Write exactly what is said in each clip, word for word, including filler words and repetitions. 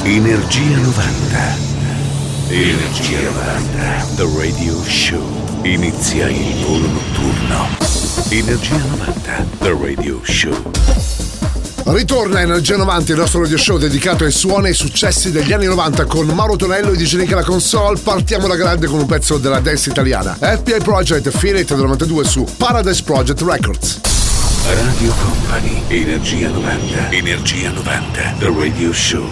Energia novanta. Energia novanta. The Radio Show. Inizia il volo notturno. Energia novanta. The Radio Show. Ritorna Energia novanta, il nostro radio show dedicato ai suoni e ai successi degli anni novanta con Mauro Tonello e D J Nick alla console. Partiamo da grande con un pezzo della dance italiana. F B I Project, Feel It del novantadue su Paradise Project Records. Radio Company, Energia novanta. Energia novanta, The Radio Show.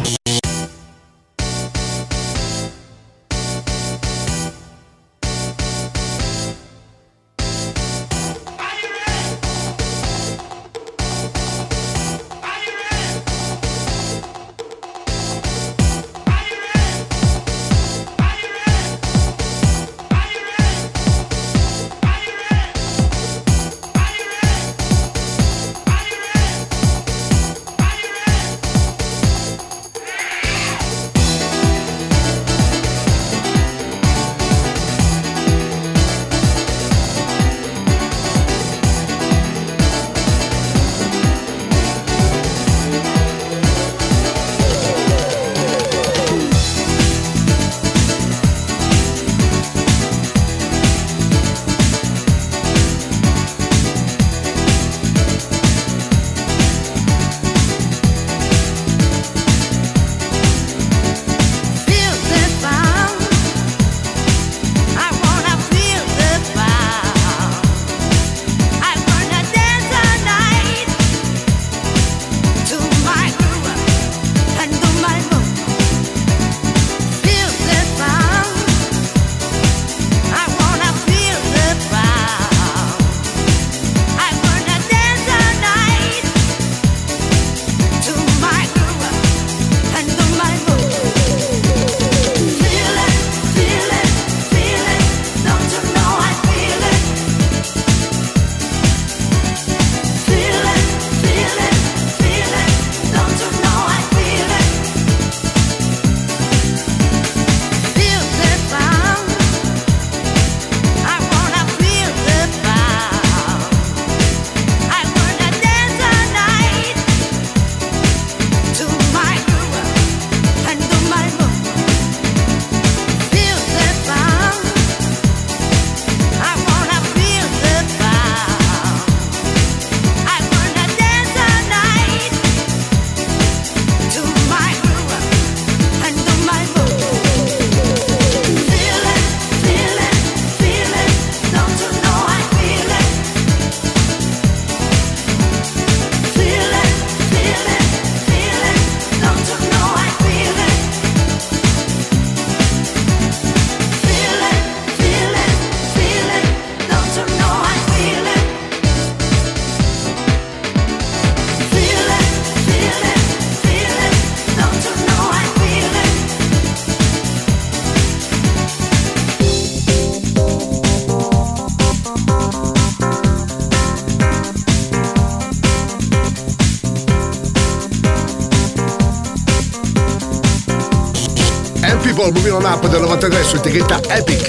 Moving On Up del novantatré su etichetta Epic.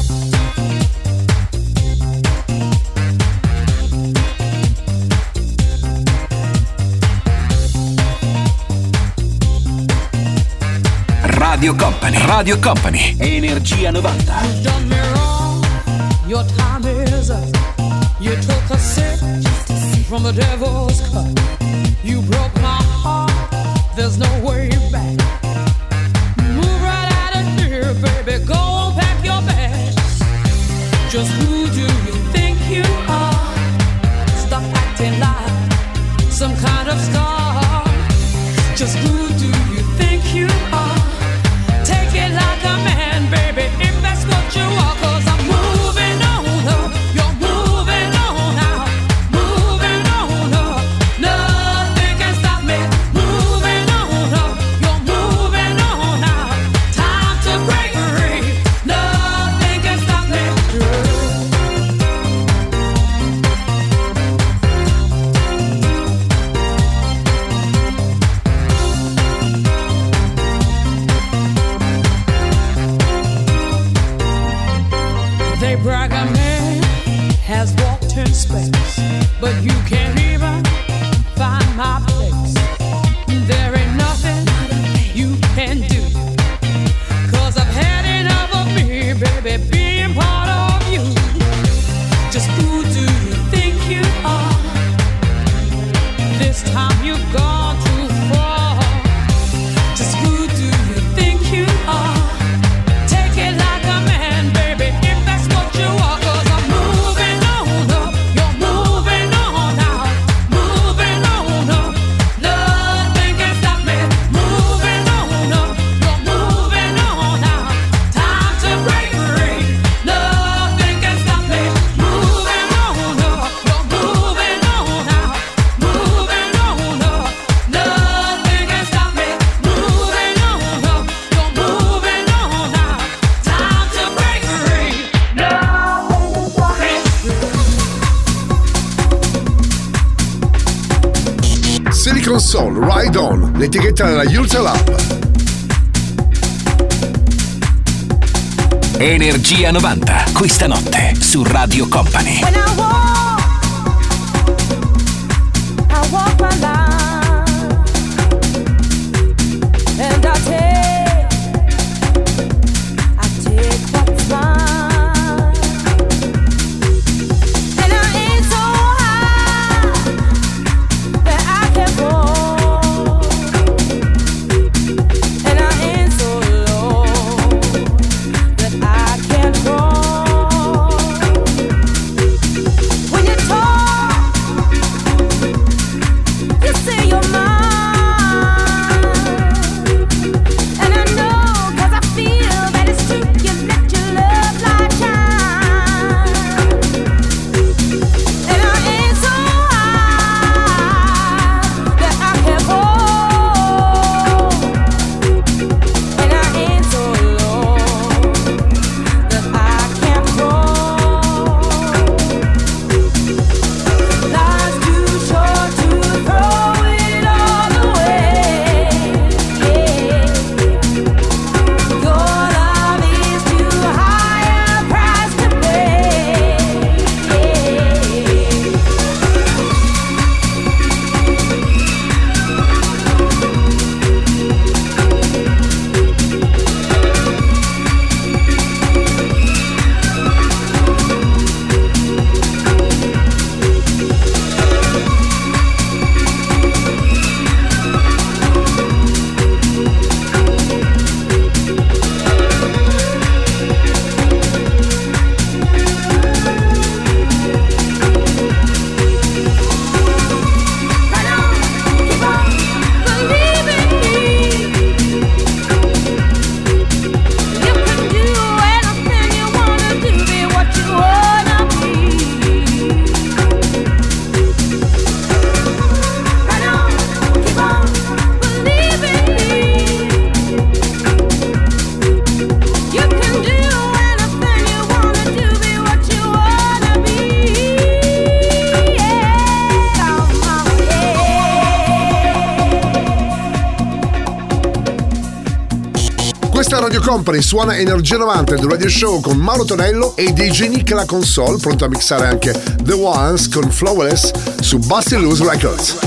Radio Company, Radio Company, Energia novanta. You done me wrong, your time is up. You took a sip from the devil's cup. You broke my heart, there's no way back. Move right out of here, baby, go pack your bags. Just who do you think you are? Stop acting like some kind of star. Just who do you think you are? Take it like a man, baby, if that's what you are. Cause I'm moving on up, you're moving on out. Moving on up, nothing can stop me. Moving on up, you're moving on out. Time to break free, nothing can stop me. this time you've gone too far. Just who do you think you are? Take it like a man, baby, if that's what you are. 'Cause I'm moving on up, you're moving on out, moving on up. Nothing can stop me. Moving on up, you're moving on out. Time to break free. Nothing can stop me. Moving on up, you're moving on out, moving on up. Nothing can stop me. Moving on up, you're moving on out. Time to break free. Nothing can stop me. Silicon Soul, Ride On, l'etichetta della Ultra Lab. Energia novanta, questa notte su Radio Company. When I walk, I walk my line, and I take, I take what's mine, and I ain't so high that I can fall, and I ain't so low that I can't crawl. When you talk, you say you're mine, and I know 'cause I feel that it's true. You let your love light shine, and I ain't so high that I can fall, and I ain't so low that I can't crawl. Life's too short to throw it all away. Your love is too high a price to pay. Run on, keep on believing me. You can do anything you wanna do, be what you wanna be. Run on, keep on believing me. You can do anything you wanna do, be what you wanna be. Yeah, come on, yeah. Questa è Radio Company, suona Energia novanta del Radio Show con Mauro Tonello e D J Nick alla console, pronto a mixare anche The Ones con Flawless su Bustin' Loose Records.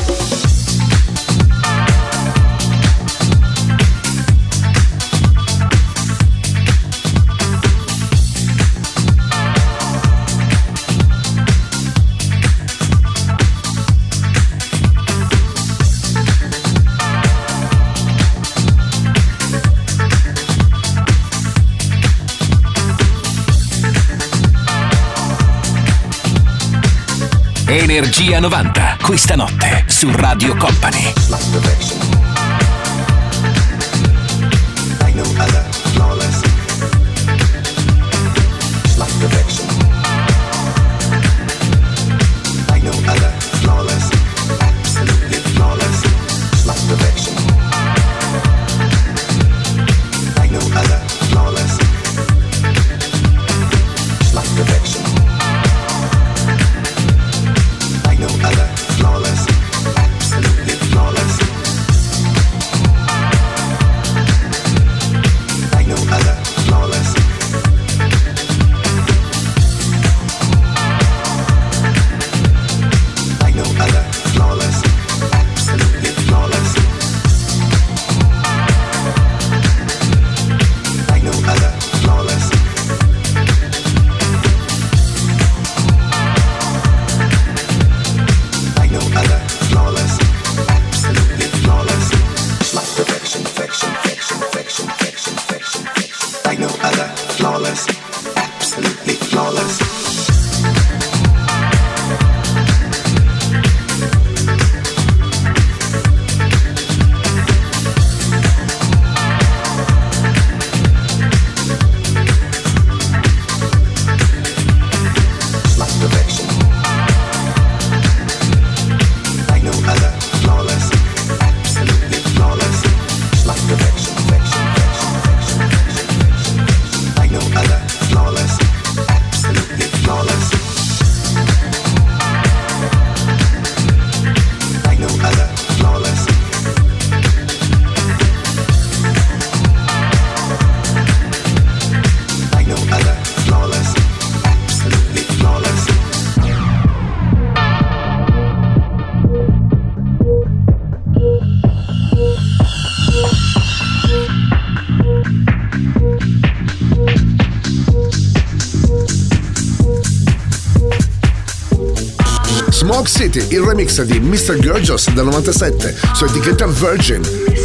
Energia novanta, questa notte su Radio Company. Like no other, flawless. Like perfection. Like no other, flawless. Absolutely flawless. Like perfection. Like no other, flawless. Like perfection. Like no other, flawless. Absolutely flawless. avanti il remix di mister Gorgeous del novantasette su etichetta Virgin.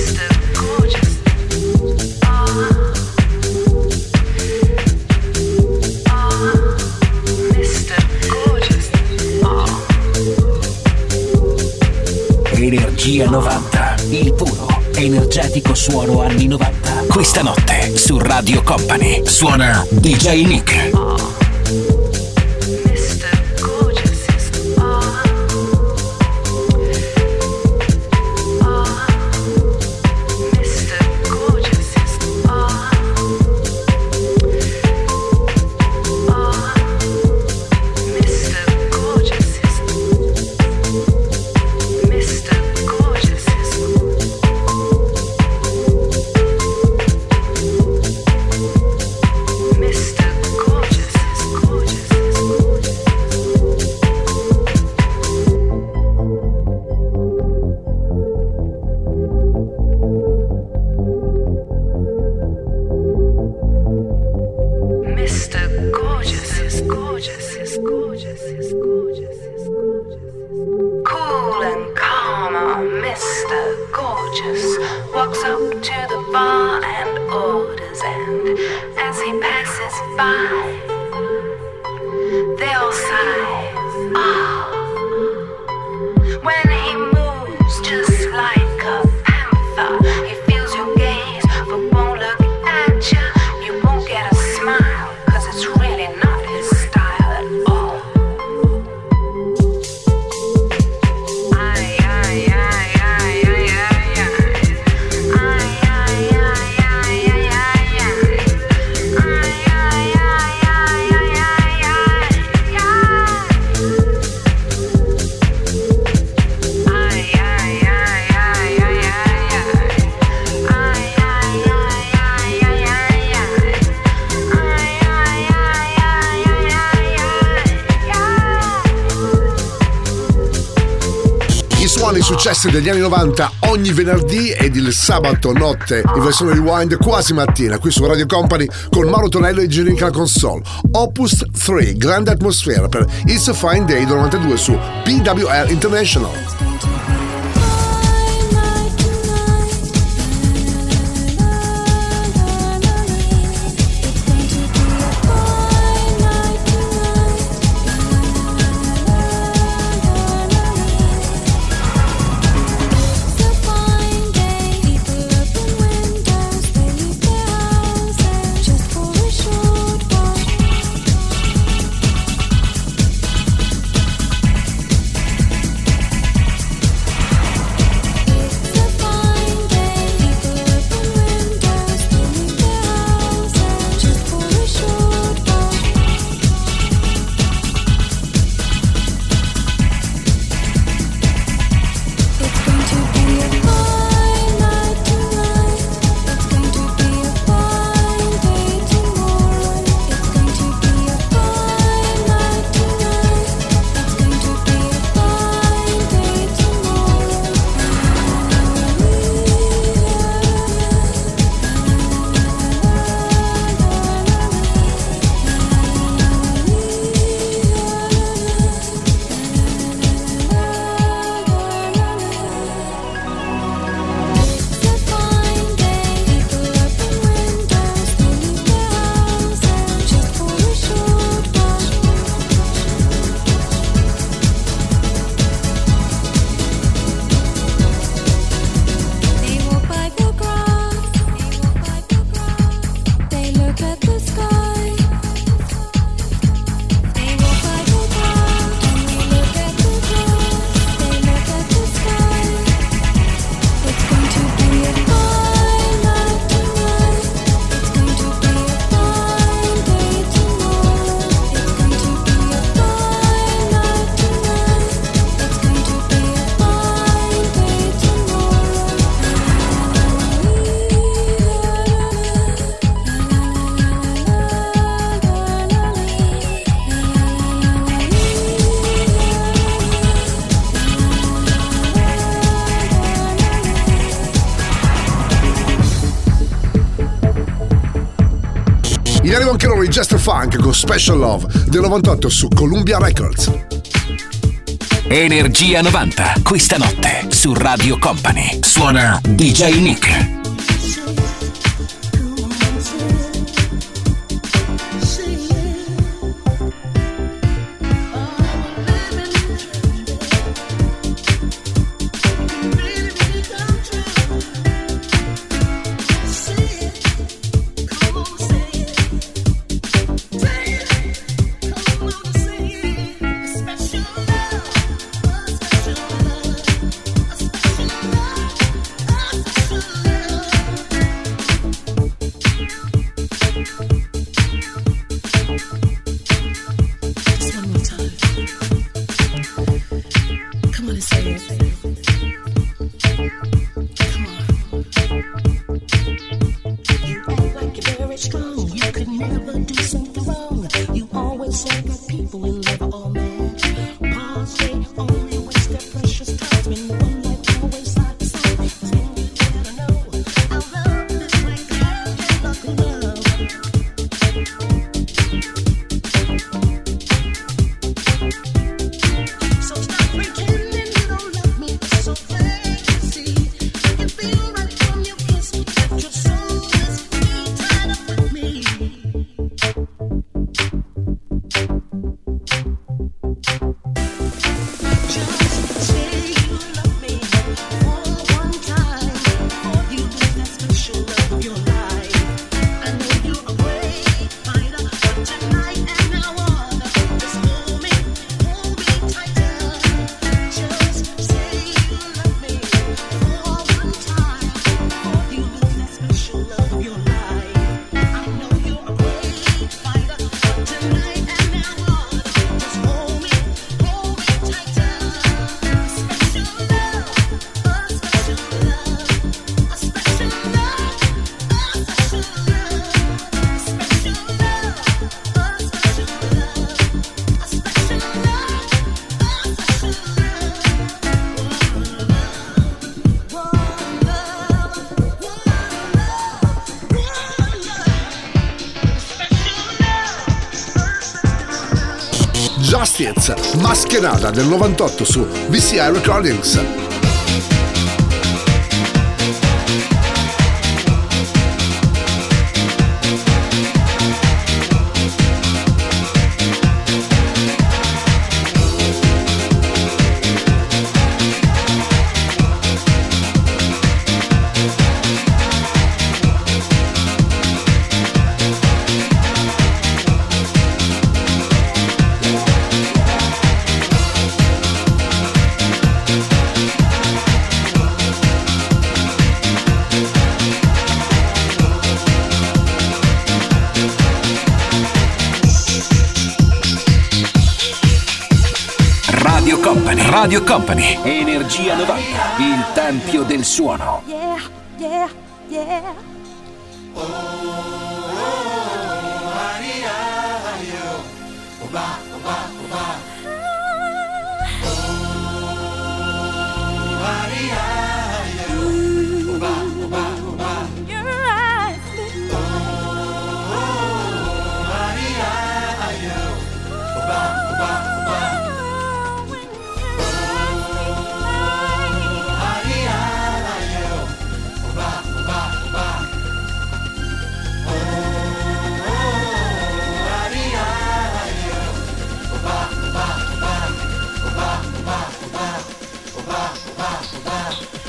Energia novanta, il puro, energetico suono anni novanta. Questa notte su Radio Company suona D J Nick. Successi degli anni novanta ogni venerdì ed il sabato notte in versione rewind quasi mattina qui su Radio Company con Mauro Tonello e Gianrica la console. Opus tre, grande atmosfera per It's a Fine Day del novantadue su P W R International. In arrivo anche loro i Jester Funk con Special Love del novantotto su Columbia Records. Energia novanta, questa notte su Radio Company. Suona D J Nick. Justice, Mascherada del novantotto su V C I Recordings. Radio Company, Energia novanta, il tempio del suono. Yeah, yeah, yeah. Bye.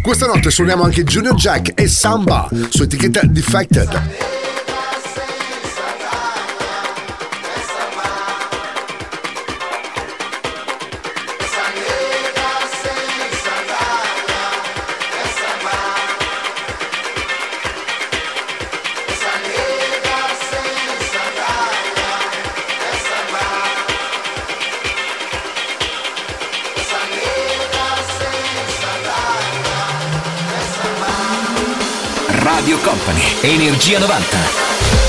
Questa notte suoniamo anche Junior Jack e Samba su etichetta Defected. Radio Company, Energia novanta.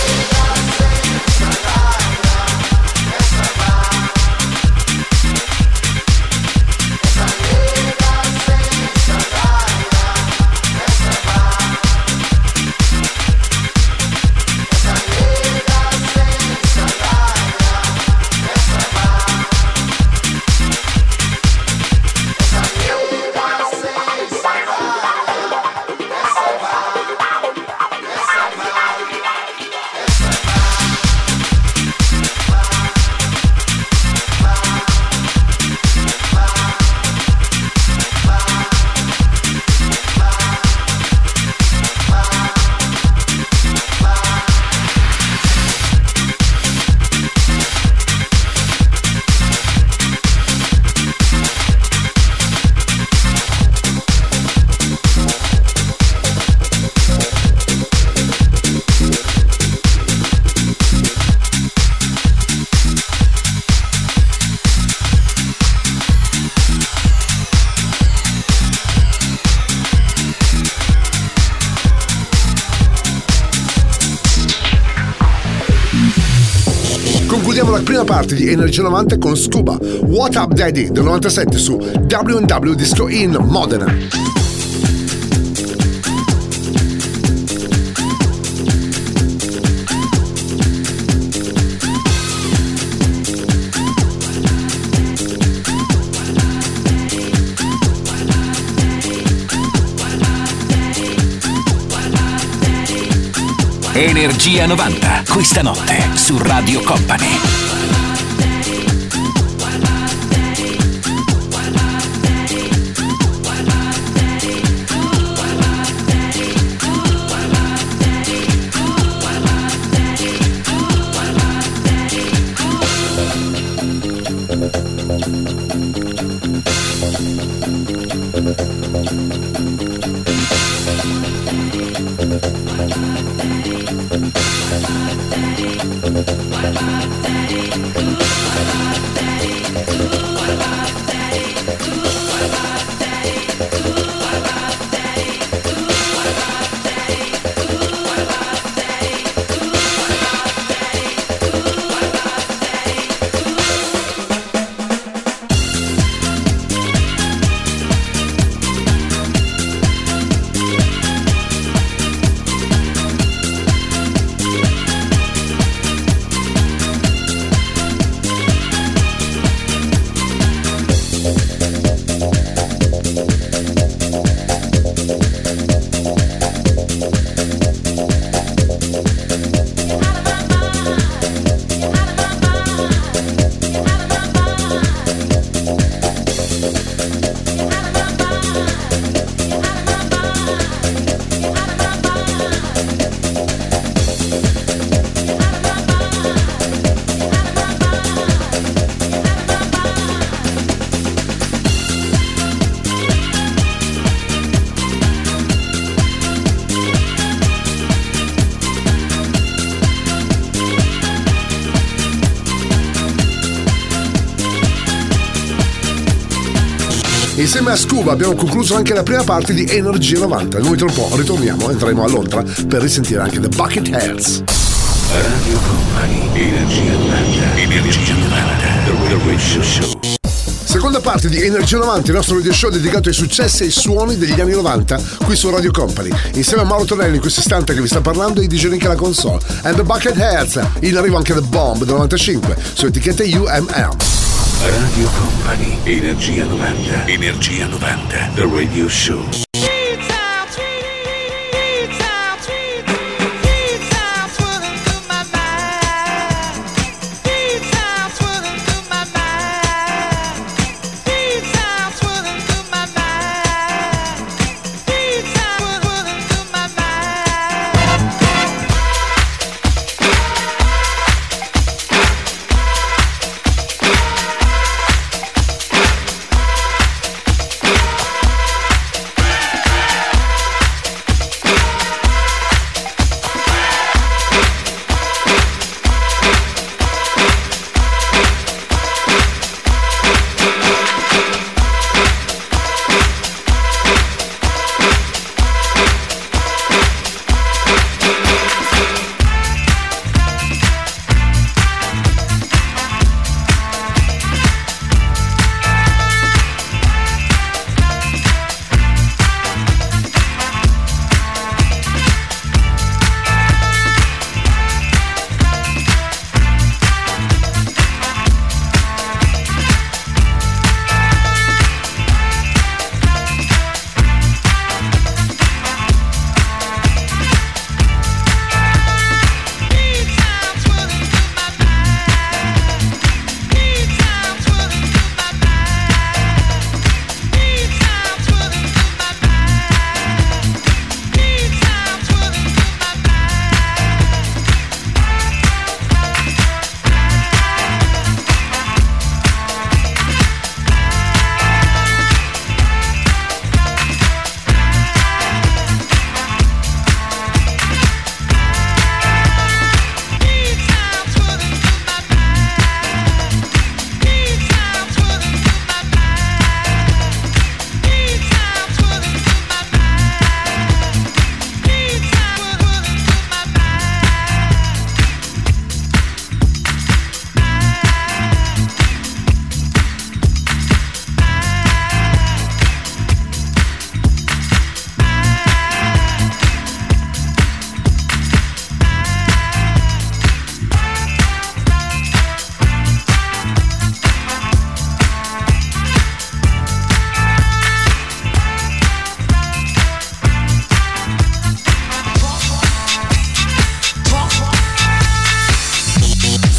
Concludiamo la prima parte di Energia novanta con Scuba, What Up Daddy del novantasette su W and W Disco in Modena. Energia novanta, questa notte su Radio Company. Insieme a Scuba abbiamo concluso anche la prima parte di Energia novanta. Noi tra un po' ritorniamo, entreremo a Londra per risentire anche The Bucketheads. Radio Company, Energia novanta, Energia novanta, The Radio Show. Seconda parte di Energia novanta, il nostro radio show dedicato ai successi e ai suoni degli anni novanta qui su Radio Company. Insieme a Mauro Tonelli in questo istante che vi sta parlando e di D J Nick alla console. And The Bucketheads, in arrivo anche The Bomb del novantacinque su etichetta U M M. Radio Company, Energia novanta, Energia novanta, The Radio Show. Sweet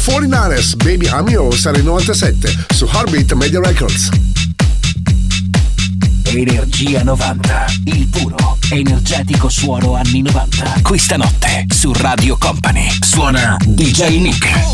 quarantanovers, Baby I'm Yours, era il novantasette su Heartbeat Media Records. Energia novanta, il puro, energetico suono anni novanta. Questa notte su Radio Company suona D J Nick.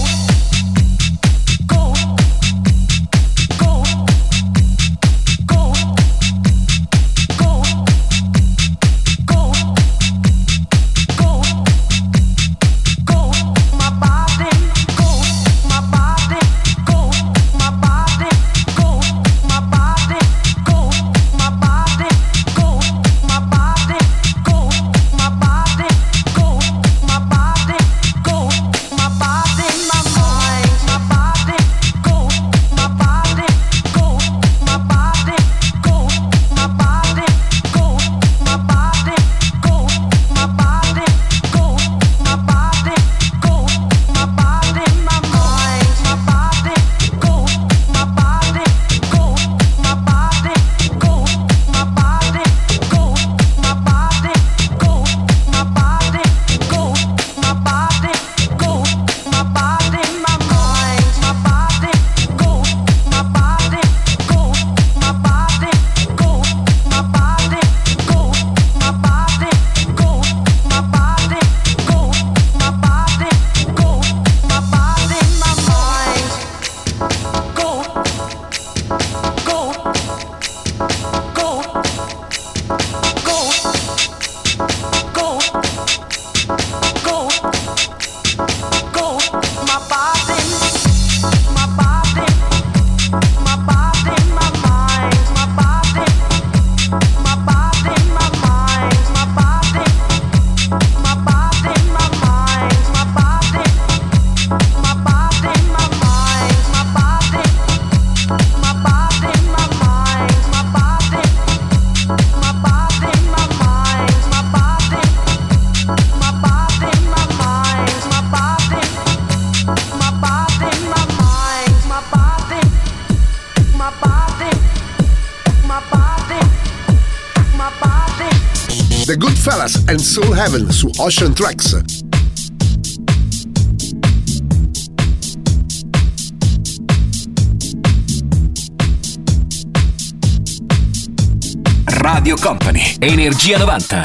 The Goodfellas and Soul Heaven su Ocean Tracks. Radio Company, Energia novanta.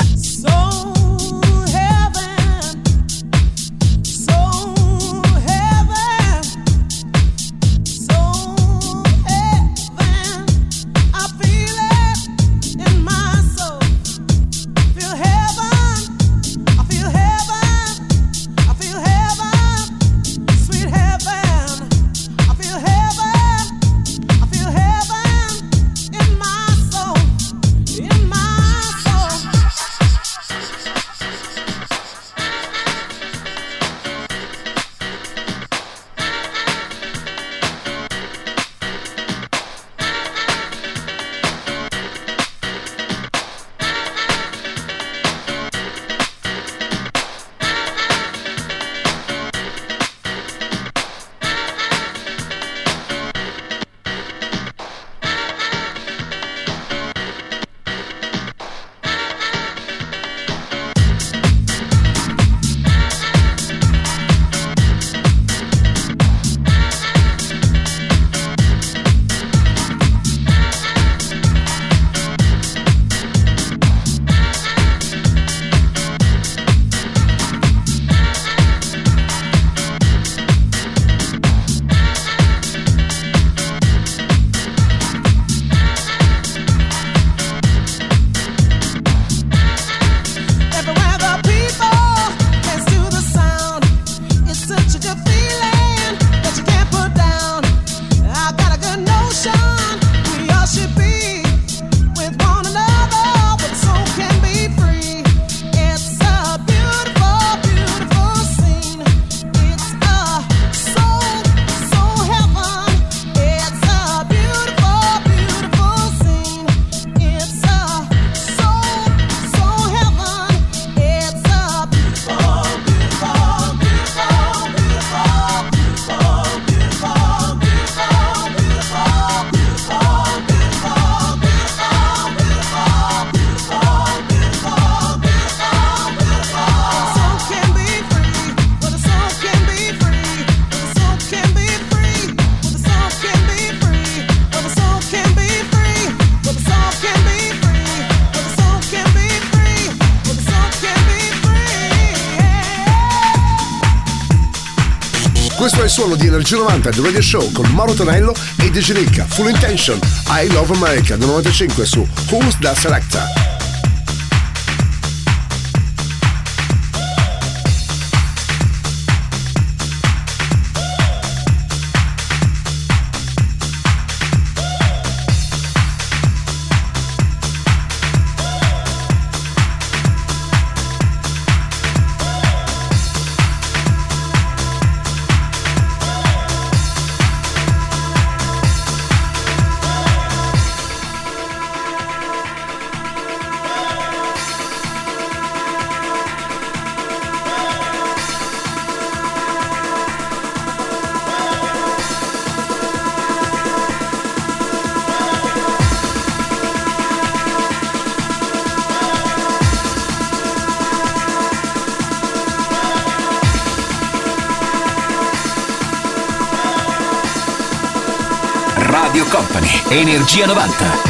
Questo è il suono di Energia novanta The Radio Show con Mauro Tonello e D J Nick. Full Intention, I Love America del novantacinque su Who's the Selector. Radio Company, Energia novanta.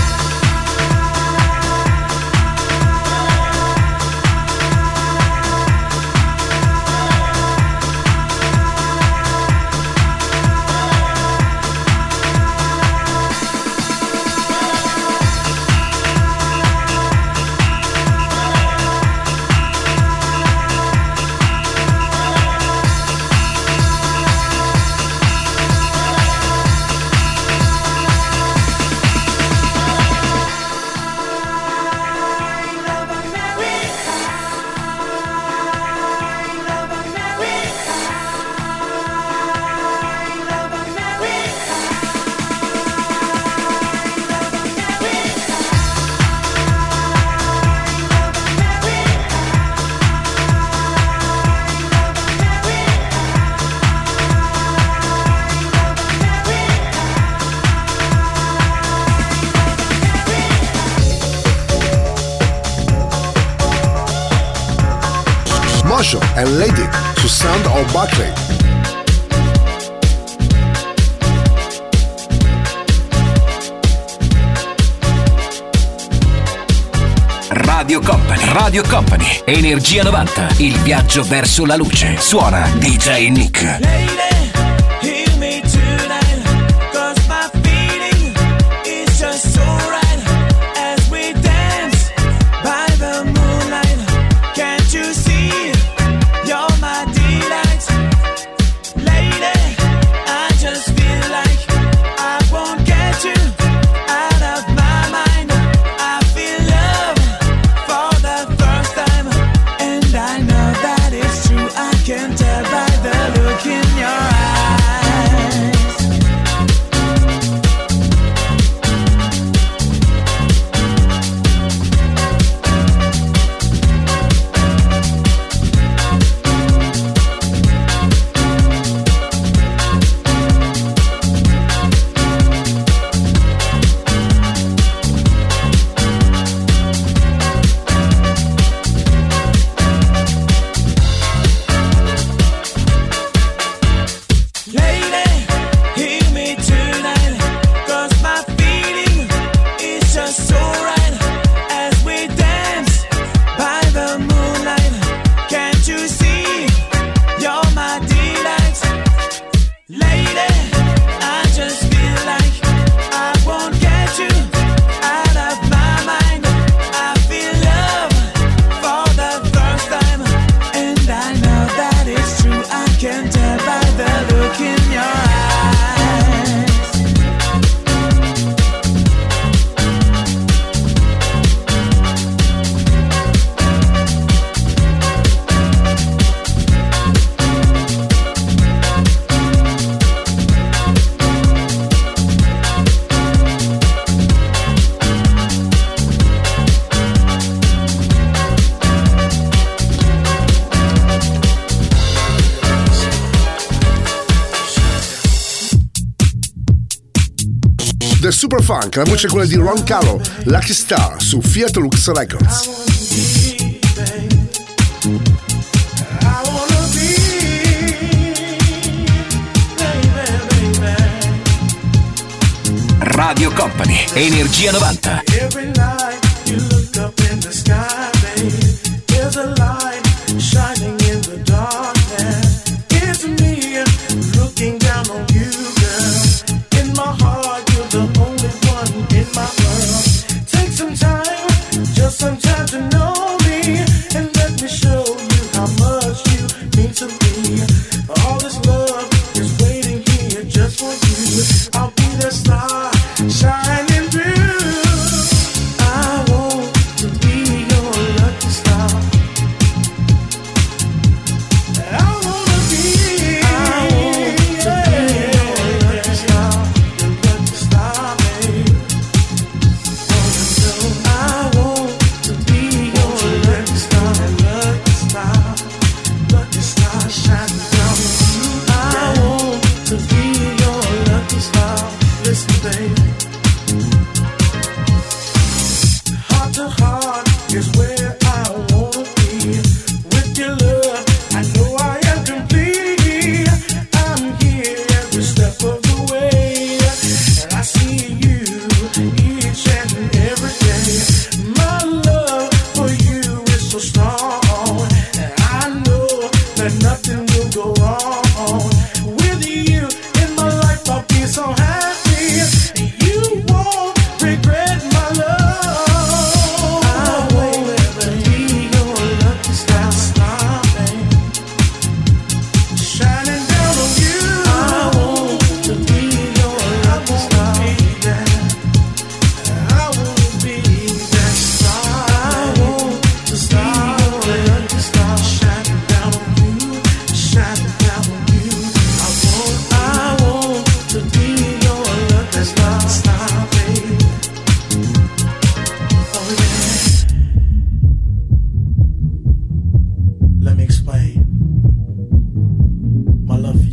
And Lady su Sound of Buckley. Radio Company, Radio Company, Energia novanta, il viaggio verso la luce. Suona D J Nick. Lady, hear me tonight, 'cause my feeling is just so right as we dance by the moonlight. Can't you see? You're my delight. Lady, I just feel like I won't get you out of my mind. I feel love for the first time, and I know that it's true. I can tell by the look in your eyes. The Superfunk, la voce è quella di Ron Carlo, Lucky Star su Fiat Lux Records. Radio Company, Energia novanta. Every night you look up in the sky, babe. There's a light shining in the darkness. It's me. Look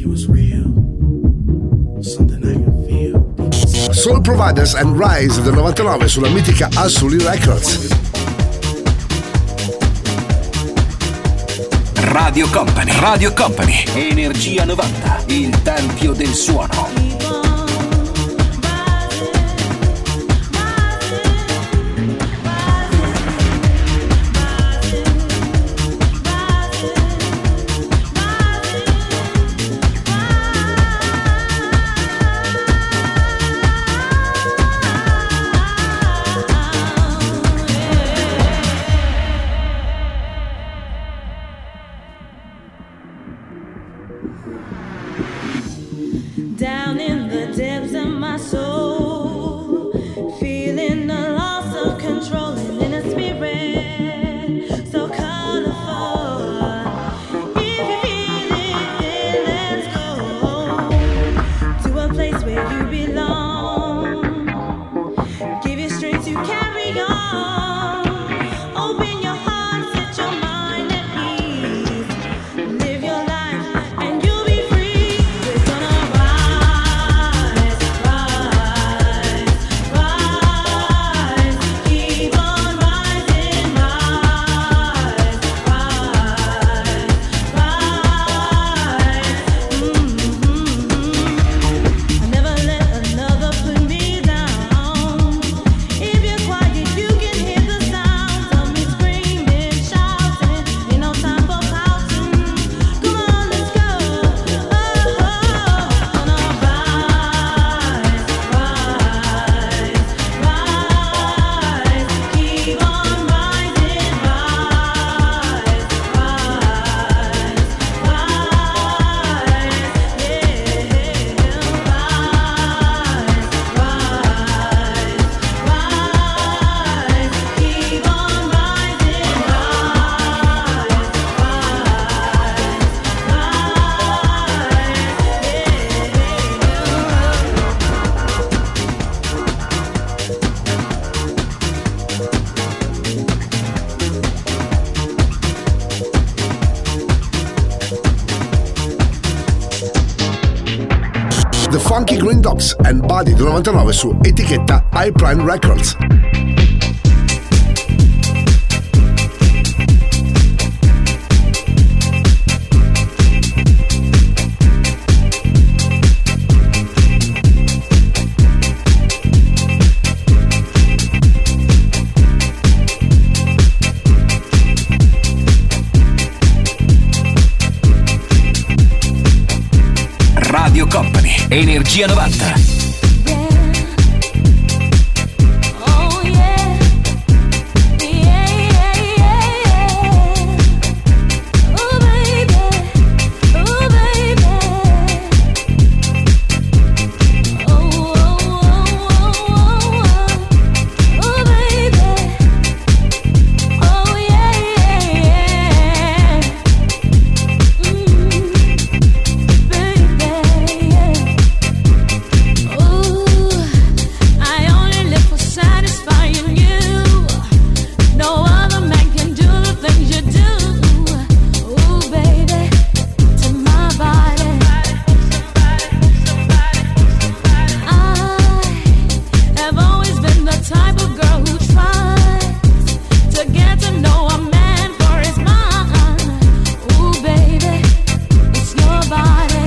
Soul Providers and Rise del novantanove sulla mitica Azuli Records. Radio Company, Radio Company, Energia novanta, il tempio del suono. Down in the depths of my soul, feeling a loss of control and in a spirit so colorful. If you feel it, then let's go to a place where you belong. Give you strength to carry on. Open your heart, set your mind at ease. Live your life and you'll be free. We're gonna rise, rise, rise. Keep on rising, rise, rise, rise. Mm-hmm. I never let another put me down. If you're quiet, you can hear the sounds of me screaming, shouting. Ain't no time for pouting. Come on, let's go. Oh, gonna rise, rise, rise. Keep on rising, rise, rise, rise. Yeah, rise, rise, rise. Keep on rising, The Funky Green Dogs and Body del novantanove su etichetta High Prime Records. Radio Company, Energia novanta. oh yeah, yeah, yeah, yeah, yeah. Oh baby, oh baby. Oh, oh, oh, oh, oh, oh baby. Oh yeah, yeah, yeah. Mm, baby, yeah. Ooh, I only live for satisfying you. No other man can do the things you do. Ooh, baby, to my body. I have always been the type of girl who tries to get to know a man for his mind. Ooh, baby, it's your body.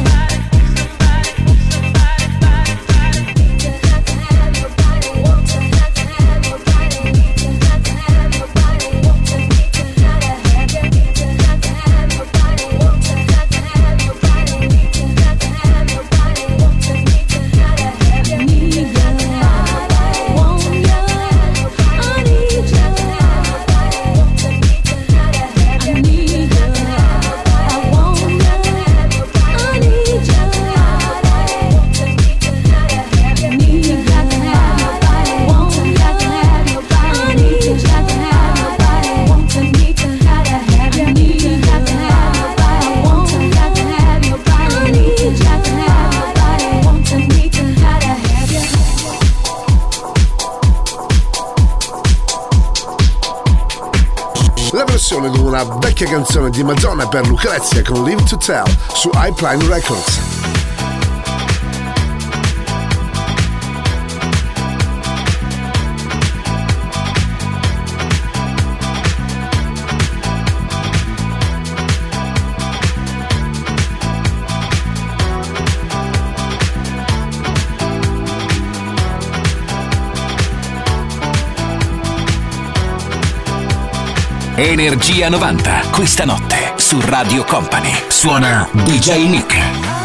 La versione di una vecchia canzone di Madonna per Lucrezia con Live to Tell su High Prime Records. Energia novanta. Questa notte su Radio Company suona D J Nick.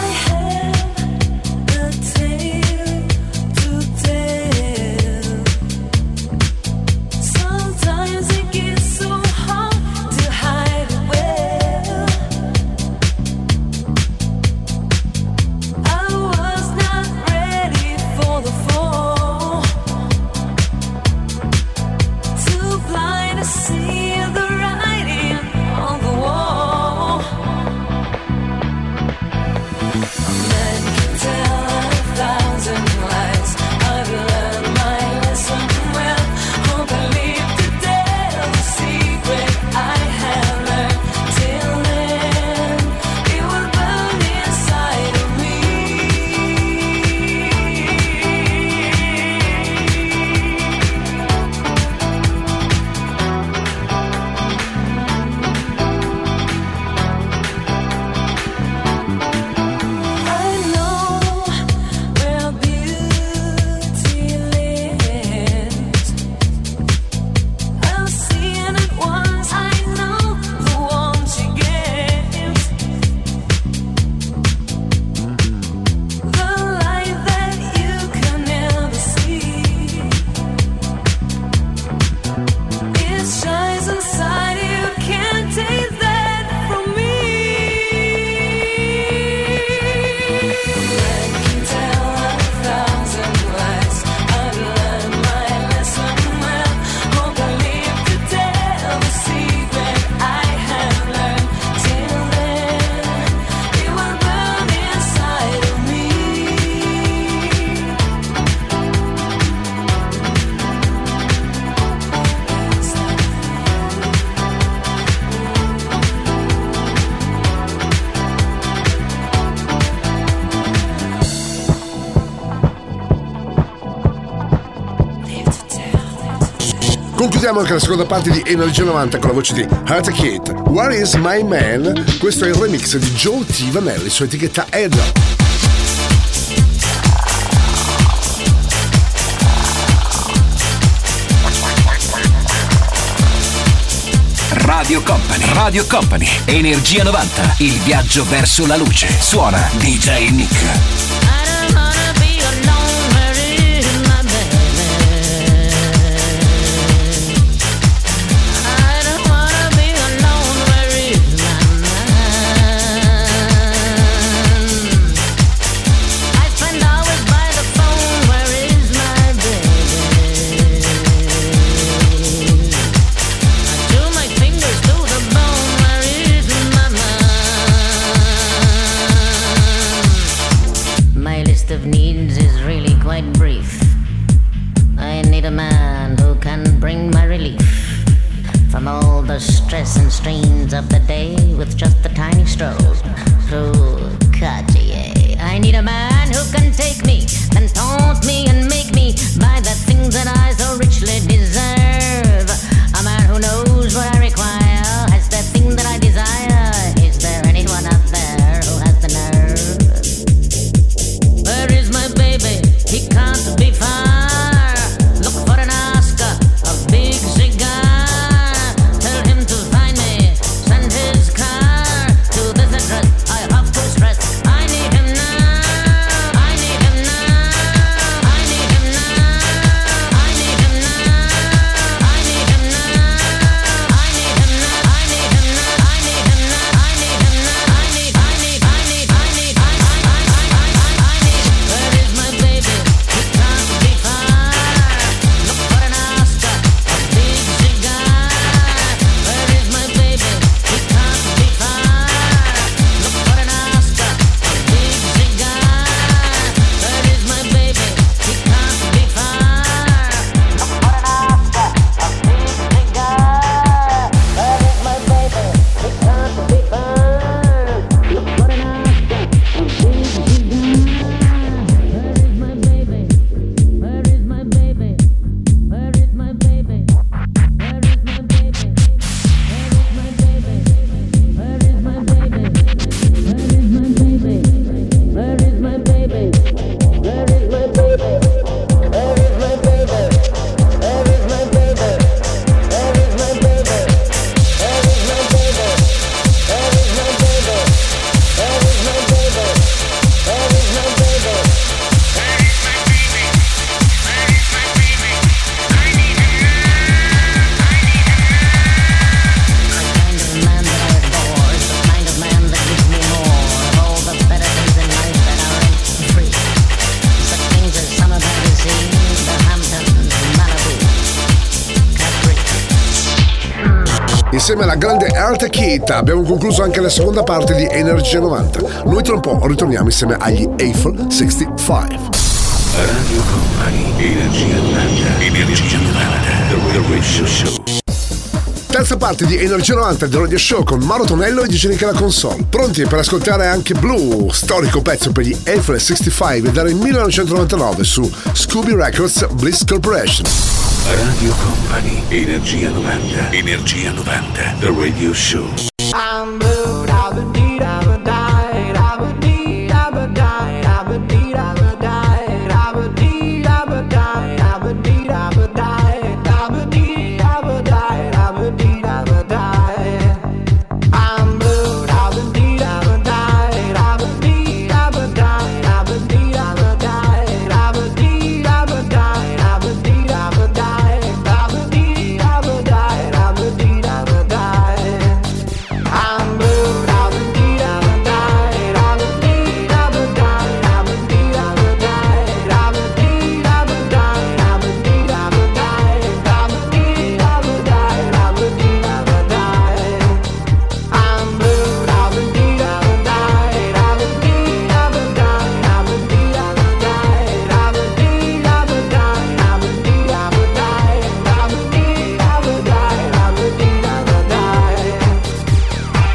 Concludiamo anche la seconda parte di Energia novanta con la voce di Heart Kid. Where is my man? Questo è il remix di Joe T. Vanelli su etichetta Edo. Radio Company, Radio Company, Energia novanta, il viaggio verso la luce. Suona D J Nick. Stress and strains of the day with just a tiny stroll through Cartier. I need a man who can take me and taunt me and make me buy the things that I so richly deserve. A man who knows what I require, has the thing that I desire. Is there anyone out there who has the nerve? Where is my baby? He can't be far. Look for an Oscar, a big cigar. I have to stress, I need insieme alla grande Eartha Kitt. Abbiamo concluso anche la seconda parte di Energia novanta. Noi tra un po' ritorniamo insieme agli Eiffel sessantacinque. Radio Company, Energia novanta, Energia novanta, The Radio Show. Terza parte di Energia novanta del Radio Show con Mauro Tonello e D J Nick alla console. Pronti per ascoltare anche Blue, storico pezzo per gli Eiffel sessantacinque dal millenovecentonovantanove su Scooby Records Bliss Corporation. Radio Company, Energia novanta, Energia novanta, The Radio Show. I'm blue, I've been deed, I've been died, I've been deed, I've been died, I've been deed, I've been died, I've been deed, I've been died, I've been deed, I've been died, I've been deed, I've been died, I've been deed, I've been died. I'm blue, I've been deed, I've been died, I've been deed, I've been died, I've been deed, I've been died, I've been deed, I've been died, I've been deed, I've been died, I've been deed, I've been died, I've been deed, I've been died. I'm blue, I've been deed, I've been died, I've been deed, I've been died, I've been deed, I've been died, I've been deed, I've been died, I've been deed, I've been died, I've been deed, I've been died, I've been deed, I've been died. I'm blue, I've been deed, I've been died, I've been deed, I've been died, I've been deed, I've been died, I've been deed, I've been died, I've been deed, I've been died, I've been deed, I've been died, I've been deed, I've been died.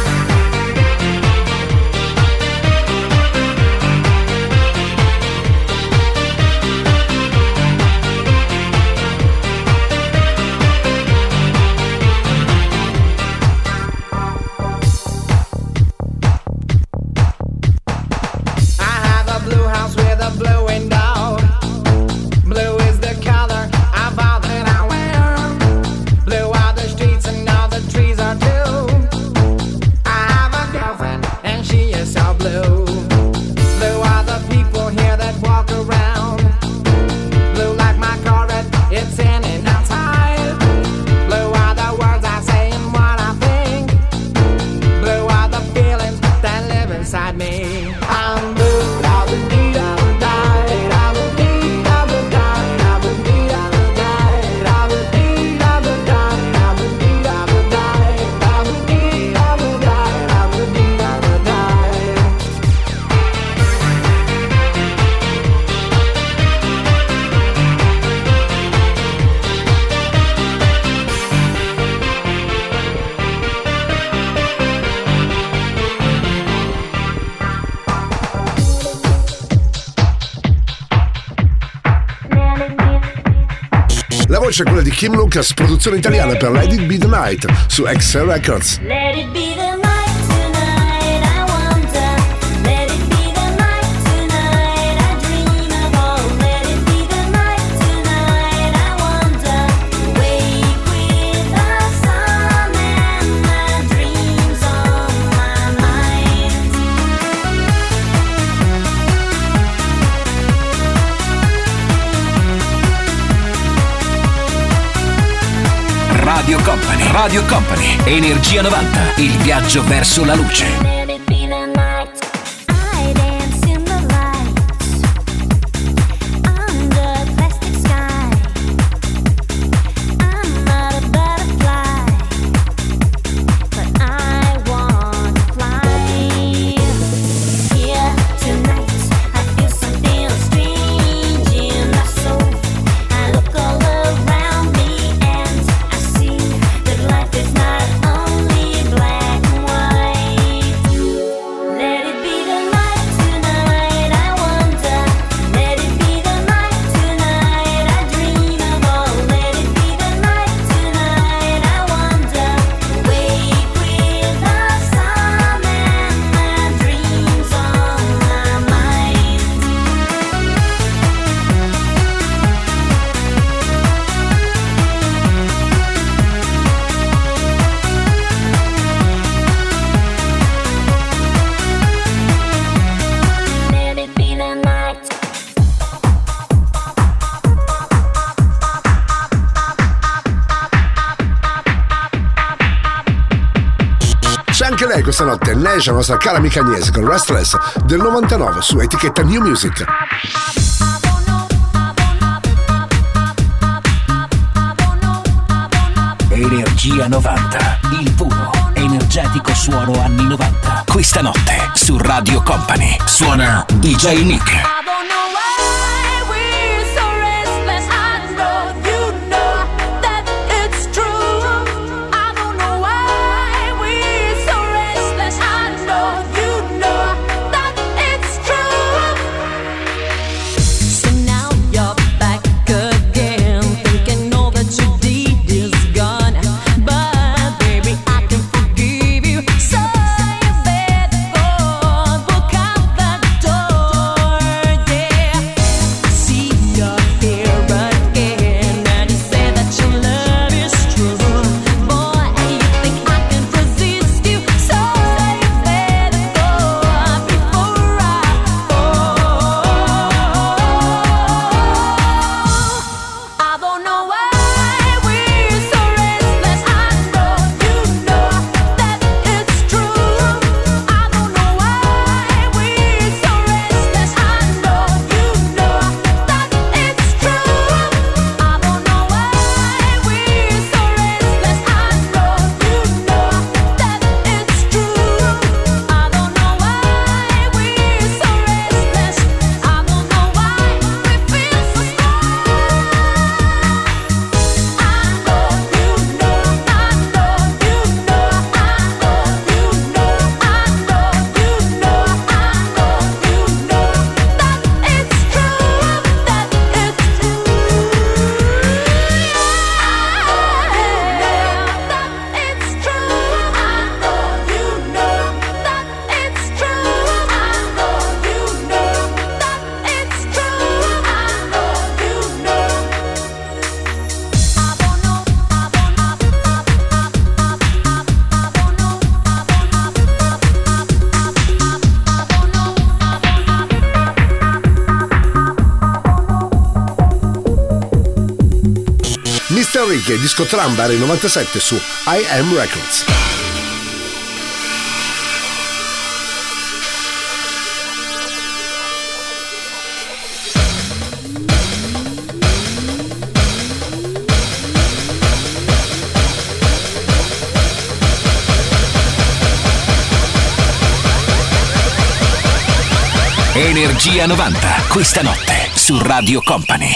I have a blue house with a blue window. Blue is the color of all that I wear. Blue are the streets and all the trees are too. I have a girlfriend and she is so blue. Blue are the people here that walk around. Blue like my Corvette, it's in and outside. Blue are the words I say and what I think. Blue are the feelings that live inside me. I'm blue, I've been deed, I've been died, I've been deed, I've been died, I've been deed, I've been died, I've been deed, I've been died, I've been deed, I've been died, I've been deed, I've been died, I've been deed, I've been died. La voce è quella di Kim Lucas, produzione italiana per Let It Be The Night su X L Records. Let it be the night tonight, I wonder. Let it be the night tonight, I dream of all. Let it be the night tonight, I wonder. Wake with the sun and my dreams on my mind. Radio Company, Radio Company, Energia novanta, il viaggio verso la luce. Let it be the night. I dance in the lights under plastic sky. I'm not a butterfly, but I want to fly. Here tonight, I feel something strange in my soul. I look all around me and I see that life is not only black and white. Let it be the night tonight, I wonder. Let it be the night tonight, I dream of all. Let it be the night tonight, I wonder. Wake with the sun and my dreams on my mind. Let it be the night. C'è anche lei questa notte, Neige, la nostra cara amica Agnese, con Restless del novantanove su etichetta New Music. Energia novanta, il puro, energetico suono anni novanta. Questa notte su Radio Company suona D J Nick. I don't know why we're so restless. I know you know that it's true. I don't know why we're so restless. I know you know that it's true. So now you're back again, thinking all that you did is gone. But baby, I can forgive you. So you better go, walk out the door, yeah. See you're here again, and you say that your love is true. Boy, you think I can resist you? So you better go before I fall. I don't know why we're so restless. I know you know that it's true. I don't know why we're so restless. I know you know that it's true. I don't know why we're so restless. I know you know that it's true. I don't know why we're so restless. I don't know why we feel so strong. I know you know, I know you know, I know you know, I know you know, I know you know that it's true, that it's true. I know that it's true. I know you know that it's true. I know you know that it's true. I know you know. I don't know, I don't know, I don't know, mister Rick e Disco Trambar in novantasette su I Am Records. Energia novanta, questa notte su Radio Company.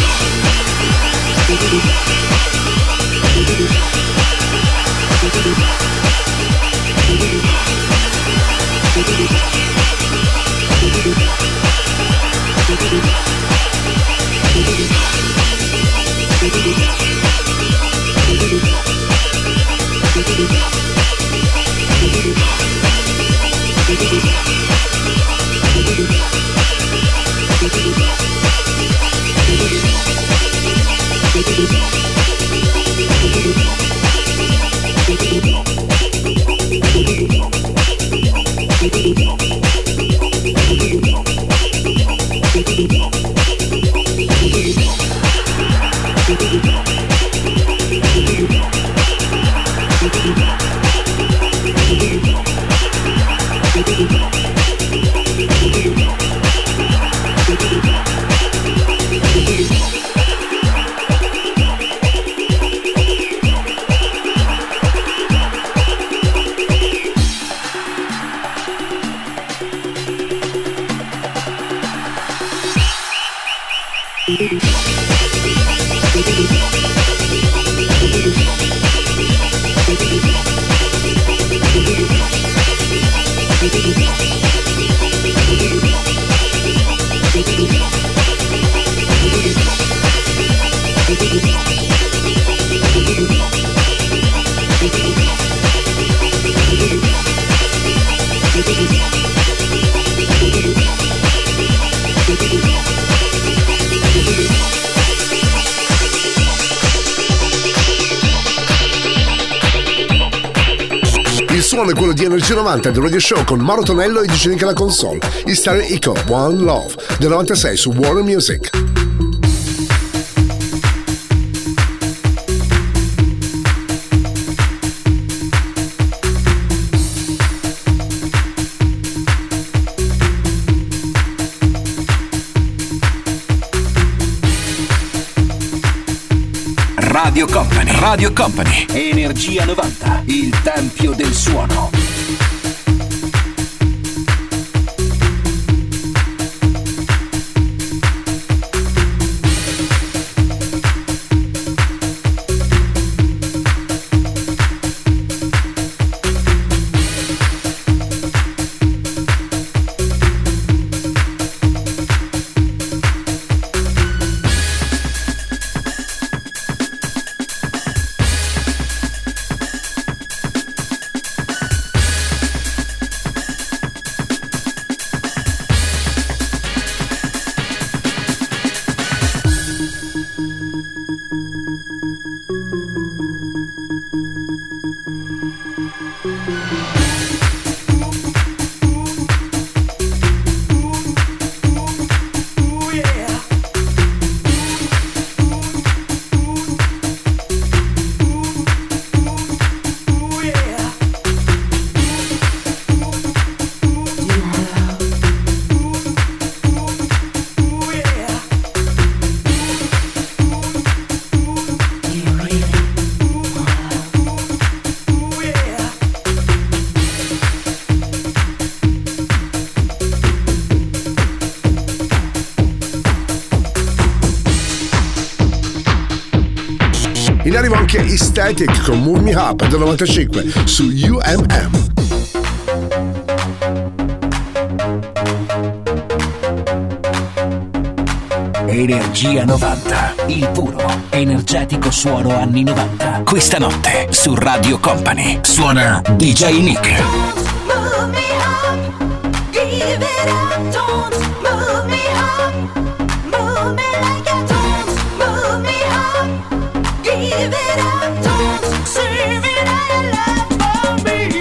Il suono è quello di Energia novanta del Radio Show con Mauro Tonello e D J Nick alla console. Il Stereo Echo One Love del novantasei su Warner Music. Radio Company. Radio Company. Energia novanta. Il tempio del suono. In arrivo anche Aesthetic con Move Me Up del novantacinque su U M M. Energia novanta, il puro, energetico suono anni novanta. Questa notte su Radio Company suona D J Nick. Move me up, give it up, don't move me up, move me like you don't move me up, give it up, don't serve it out of love for me.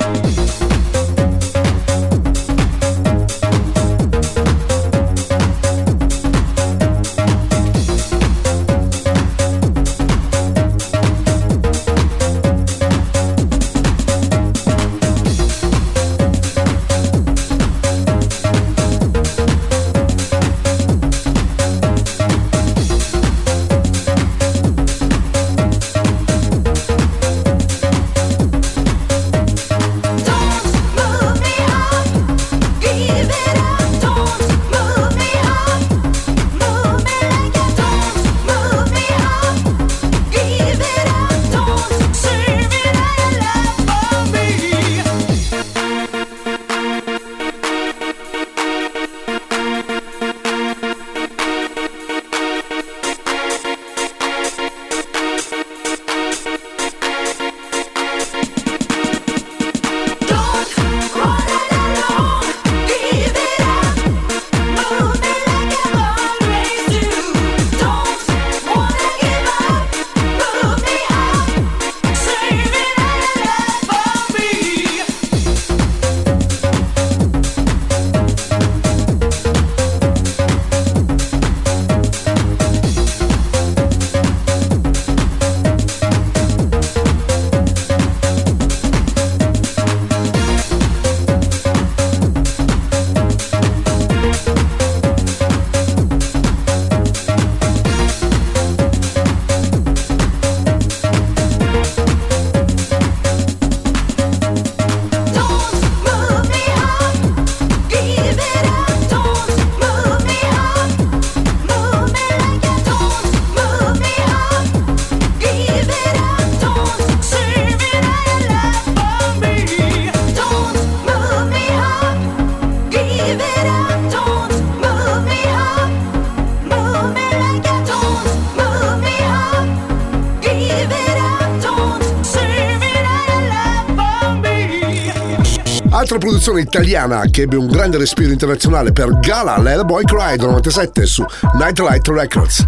Altra produzione italiana che ebbe un grande respiro internazionale per Gala, Let a Boy Cry del novantasette su Nightlight Records.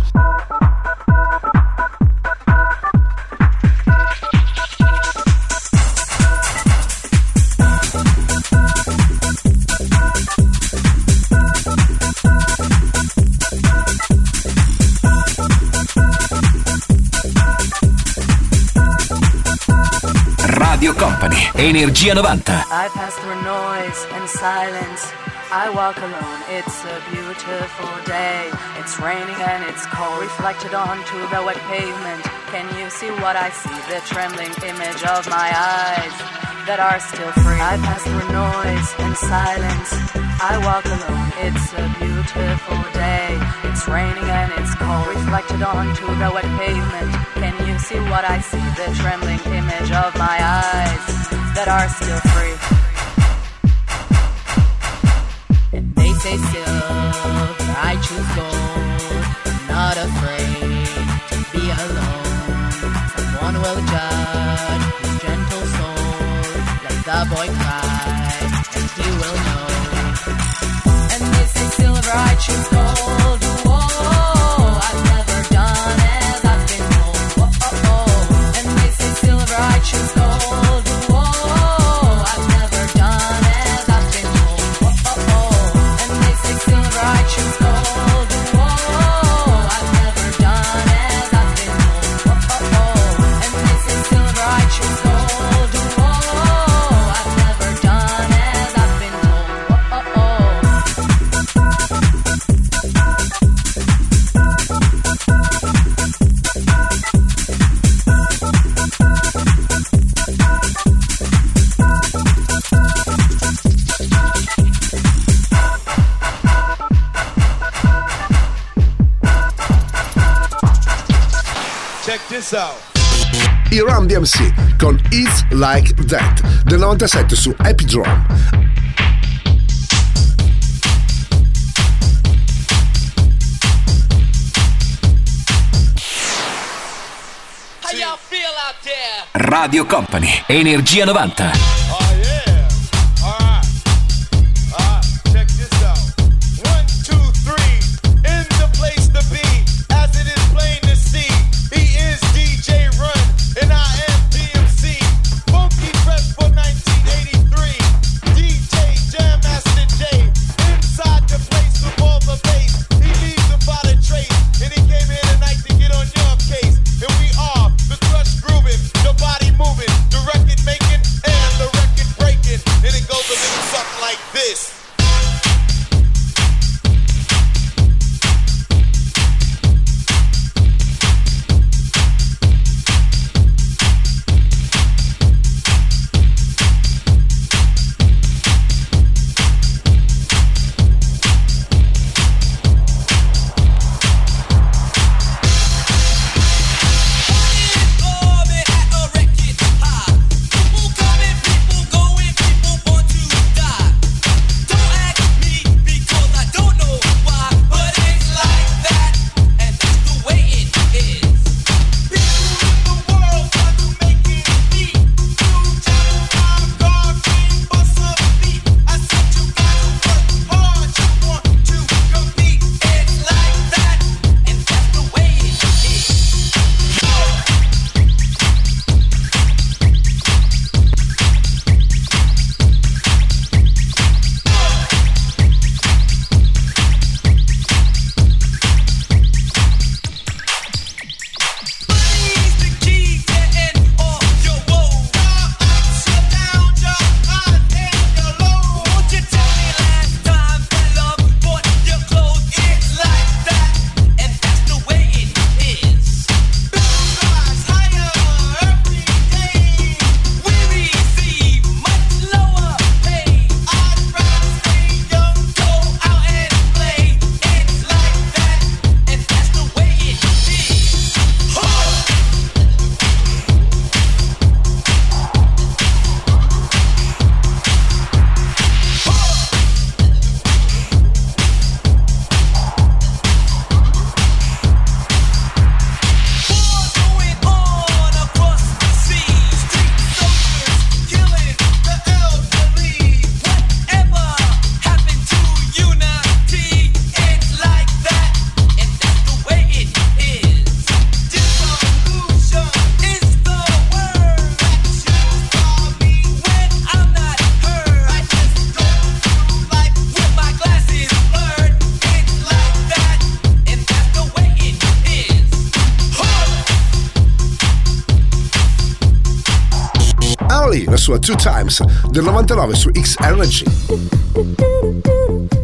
Radio Company, Energia novanta. I pass through noise and silence. I walk alone, it's a beautiful day. It's raining and it's cold, reflected onto the wet pavement. Can you see what I see? The trembling image of my eyes that are still free. I pass through noise and silence. I walk alone, it's a beautiful day. It's raining and it's cold, reflected onto the wet pavement. Can you see what I see? The trembling image of my eyes that are still free. And they say silver, I choose gold. I'm not afraid to be alone. Someone will judge his gentle soul. Let the boy cry, and he will know. And they say silver, I choose gold. Whoa, I've never done as I've been told. Whoa, oh, oh. And they say silver, I choose gold. Whoa, I've never done as I've been told. Whoa, oh, oh. And they say silver, I choose gold. Whoa, I've never done as I've been told. Whoa, oh, oh. And they say silver, I choose gold. Whoa, I've never done as I've been told. Whoa, oh, oh. Check this out. I Run D M C con It's Like That del novantasette su Epidrome. How y'all feel out there? Radio Company, Energia novanta. Oh yeah. All right. All right. Check this out. One, two, three. In the place to be, as it is plain to see. He is D J Run, and I am D M C. Funky fresh for nineteen eighty-three. D J Jam Master J. Inside the place with all the bass. He leaves about a trace, and he came here tonight to get on your case. And we are the crush grooving, the body moving, the record making, and the record breaking. And it goes a little something like this. La sua Two Times del novantanove su X Energy.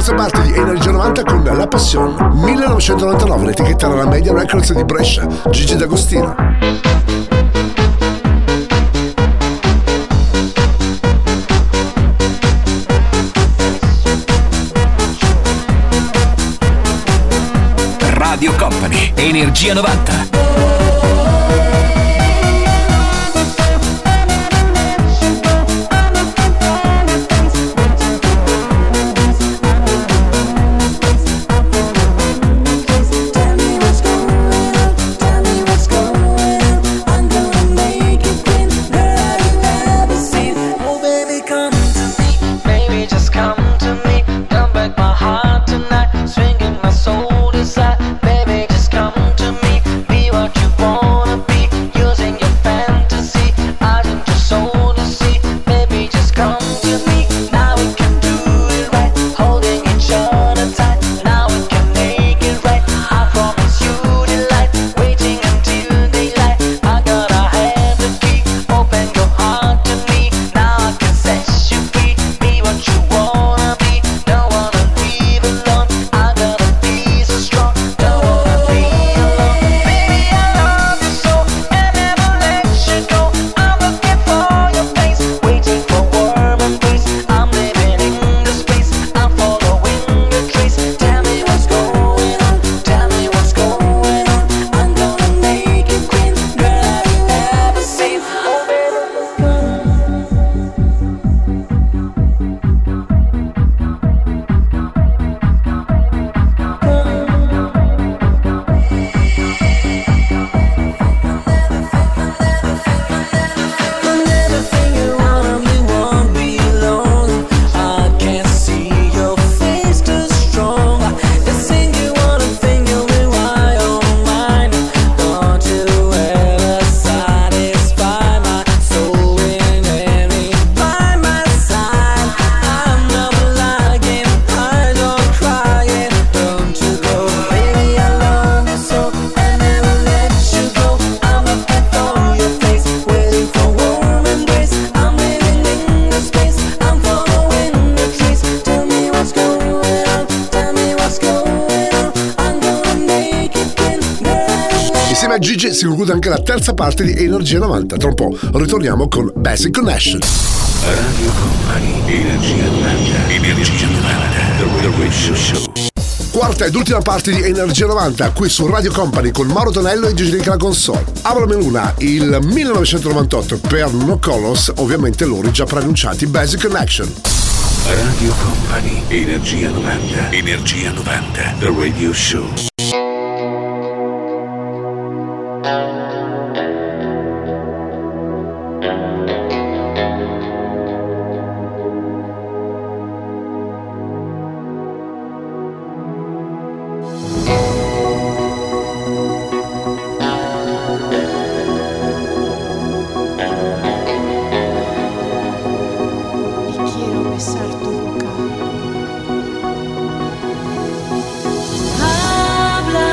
terza parte di Energia novanta con La Passion. millenovecentonovantanove, l'etichetta era la Media Records di Brescia, Gigi D'Agostino. Radio Company, Energia novanta. Gigi si conclude anche la terza parte di Energia novanta. Tra un po' ritorniamo con Basic Connection. Radio Company, Energia novanta. Energia novanta, The Radio Show. Quarta ed ultima parte di Energia novanta qui su Radio Company con Mauro Tonello e Gigi Rica la console. Avremo luna il millenovecentonovantotto per No Colors, ovviamente loro già preannunciati Basic Connection. Radio Company, Energia novanta. Energia novanta, The Radio Show. Habla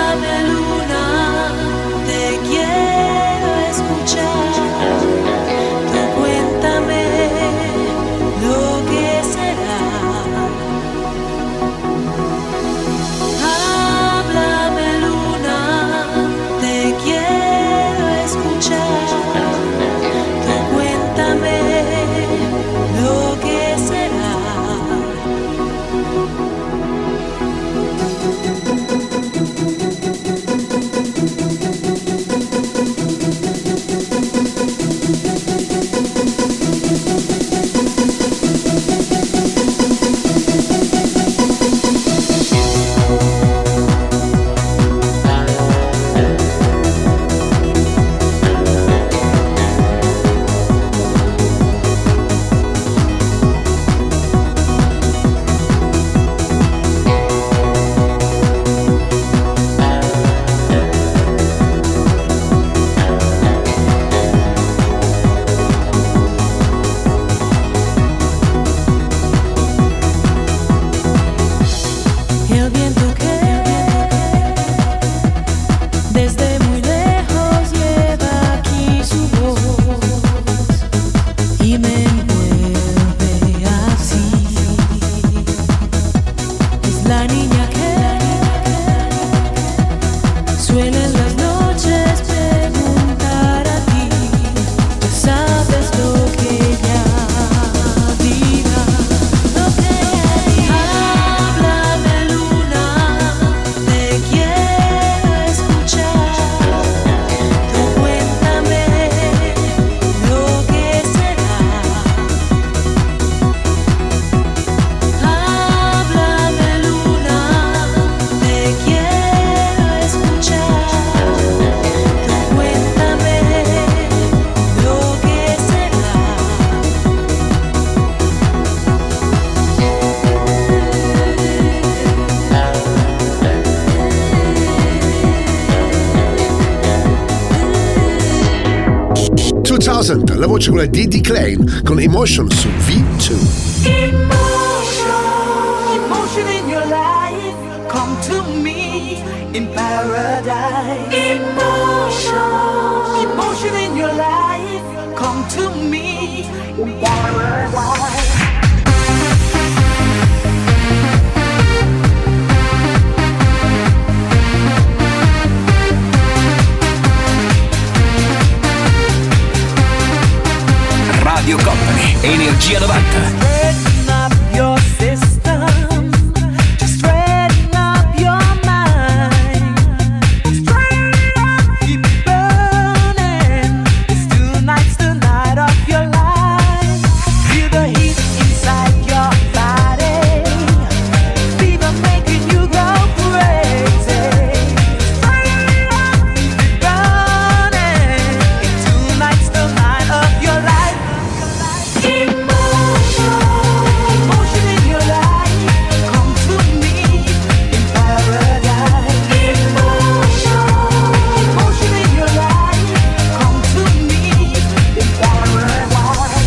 duemila, la voce quella di Declan con Emotion su V due. Emotion, emotion in your life, come to me in paradise. Emotion, emotion in your life, come to me in paradise. Radio Company, Energia novanta. Straighten up your system, just straighten up your mind. Straighten up, keep it burning. It's tonight's the night of your life. Feel the heat inside your body, fever making you go crazy. Straighten up, keep it burning. It's tonight's the night of your life. Emotion, emotion in your life, come to me in paradise. Emotion, emotion in your life, come to me in paradise.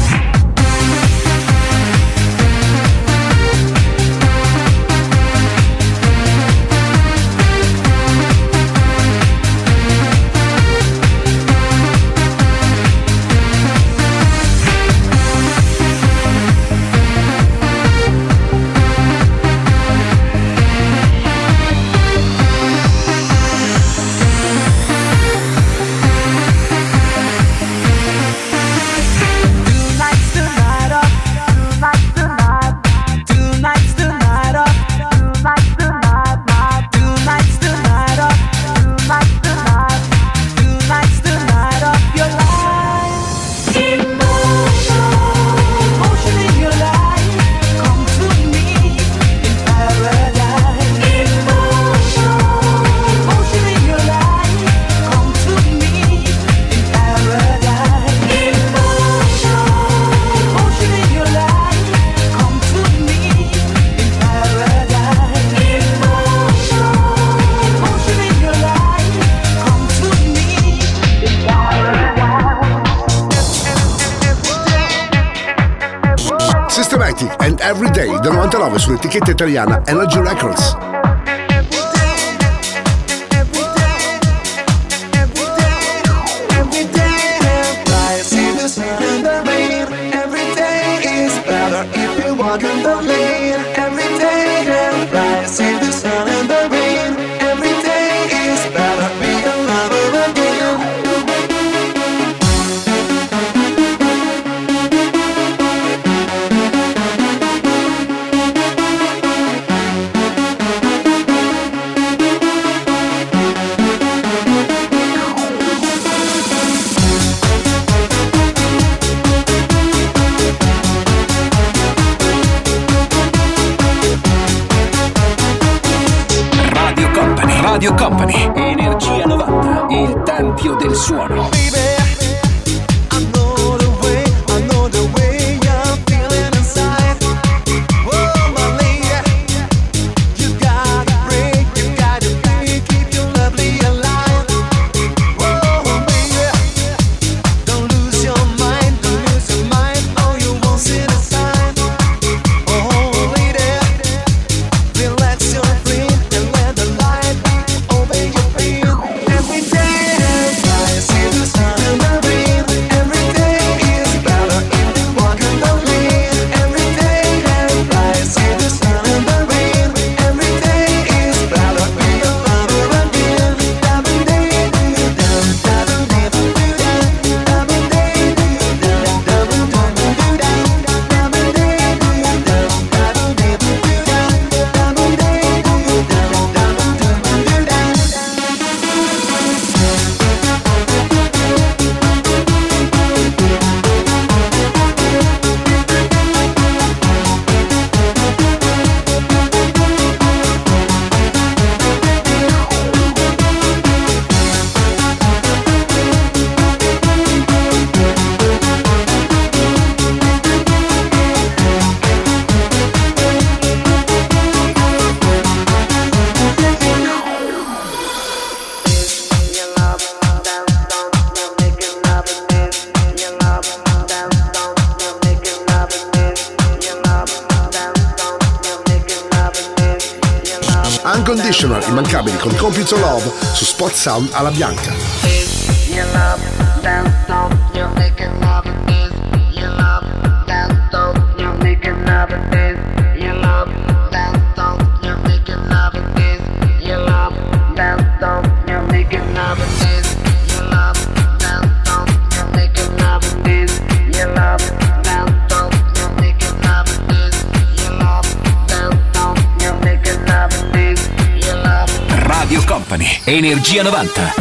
Tonight's the night of, tonight's the night, tonight's the night of, tonight's the night, night, tonight's the night of, tonight's the night, tonight's the night of your life. Emotion, emotion in your life, come to me in paradise. Emotion, emotion in your life, come to me in paradise. Emotion, emotion in your life, come to me in paradise. Emotion, emotion in your life, come to me in paradise. Systematic and Everyday del novantanove sull'etichetta italiana Energy Records. Radio Company, Radio Company, Energia novanta, il tempio del suono. Every day, I see the sun. International, immancabili con Computer Love su Spot Sound alla bianca. You love dance song, you're making love with this. You love dance song, you're making love with this. You love dance song, you're making love with this. You love dance song, you're making love with this. You love dance song, you're making love with this. You love dance song, you're making love with this. You love dance song, you're making love with this. You love Radio Company, Energia novanta.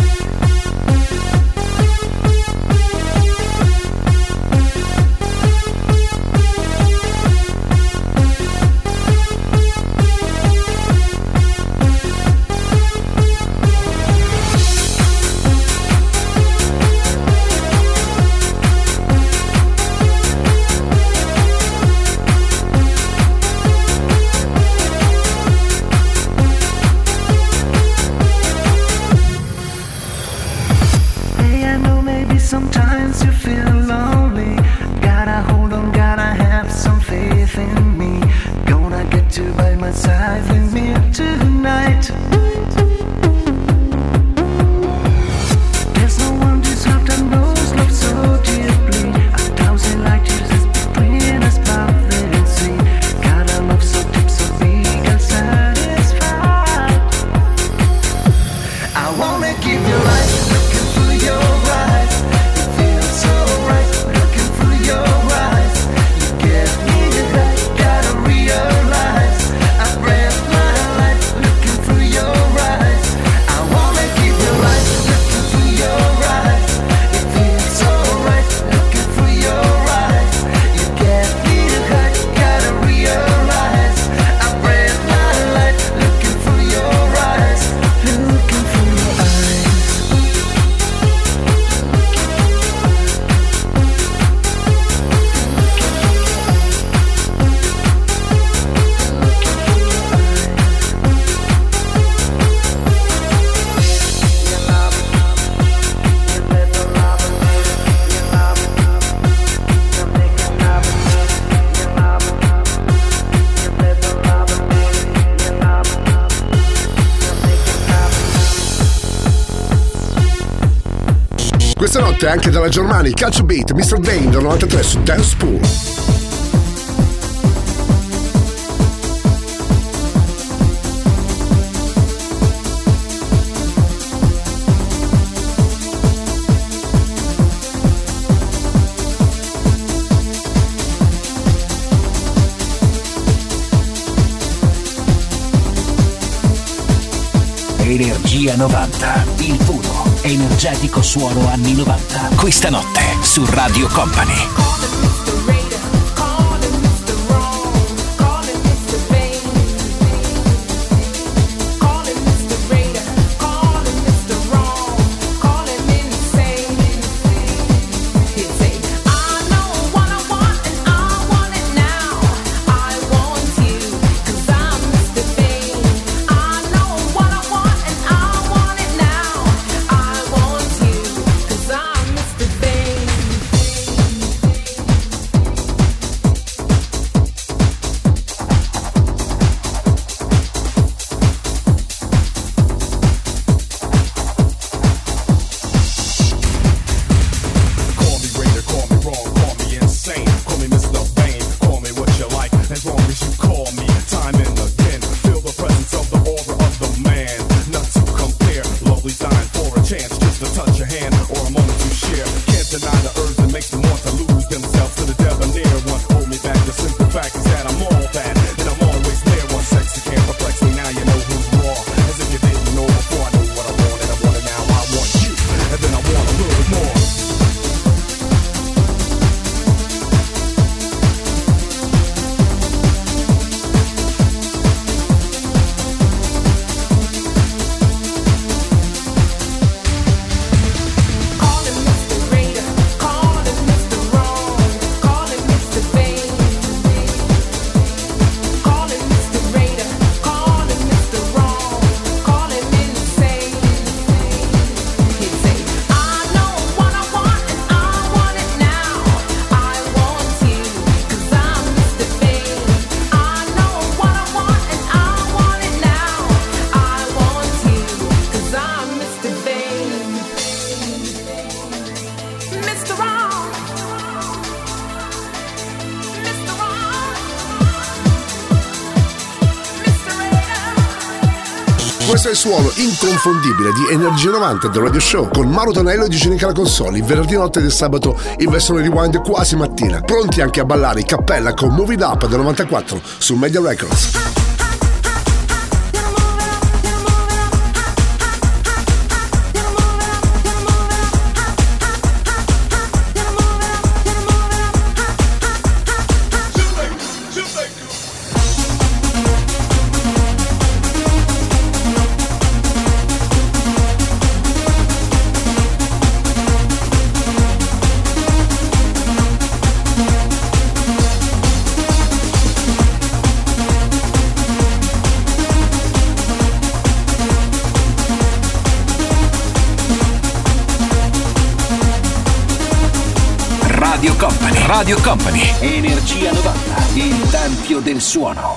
Sometimes you feel lonely. Gotta hold on, gotta have some faith in me. Gonna get you by my side with me tonight. There's no one deserved and knows love so deeply. A thousand light years between us, mountain and sea. Got a love so deep, so big and satisfied. I wanna give you life, looking through your eyes. Questa notte anche dalla Germania, Catch a Beat, mister Dane del novantatré su Dance Pool. Energia novanta, il puro, energetico suono anni novanta. Questa notte su Radio Company. Calling Mister Questo è il suono inconfondibile di Energia novanta del Radio Show con Mauro Tonello e Digenica alla console. Il venerdì notte del sabato in versione rewind quasi mattina. Pronti anche a ballare in cappella con Move It Up del novantaquattro su Media Records. Radio Company, Radio Company, Energia novanta, il tempio del suono.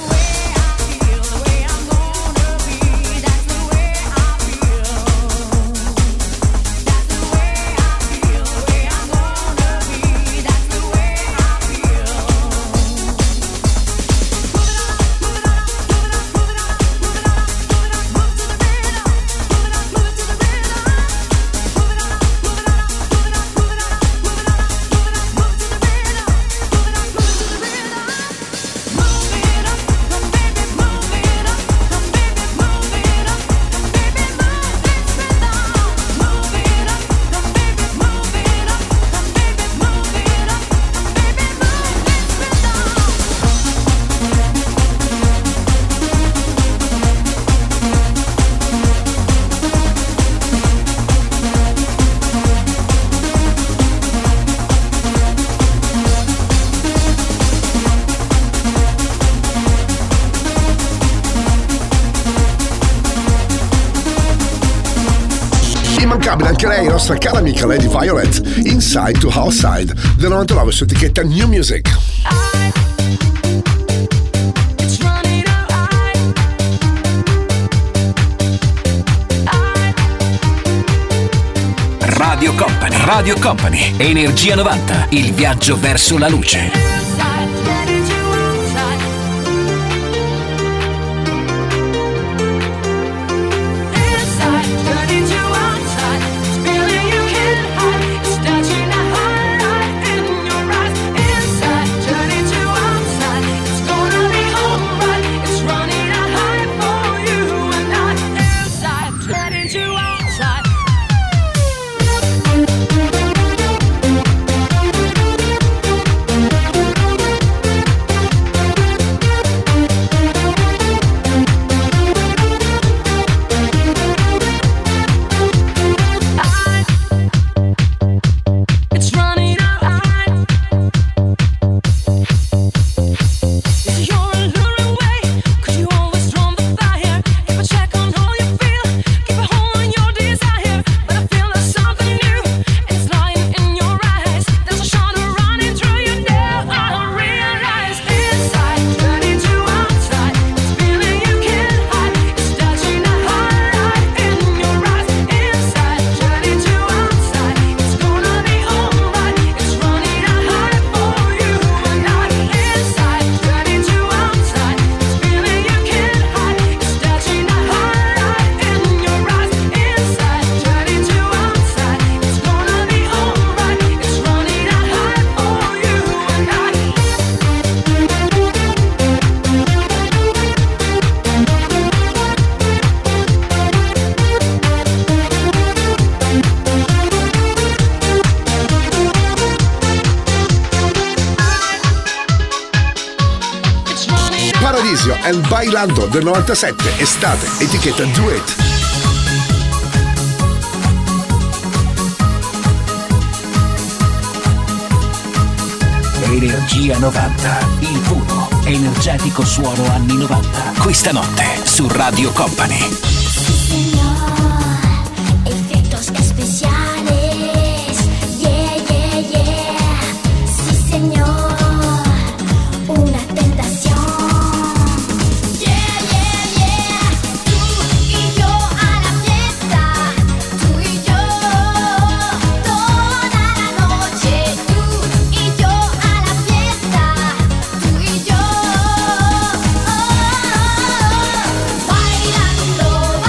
Anche lei, la nostra cara amica Lady Violet, Inside to Outside del novantanove su etichetta New Music. Radio Company, Radio Company, Energia novanta, il viaggio verso la luce. Paradiso and Bailando del novantasette, estate, etichetta Do It. Energia novanta, il puro, energetico suono anni novanta. Questa notte su Radio Company. Efectos especiales, yeah, yeah, yeah. Sí, señor, una tentación. Yeah, yeah, yeah. Tú y yo a la fiesta, tú y yo toda la noche. Tú y yo a la fiesta, tú y yo. Oh, oh, oh. Bailando.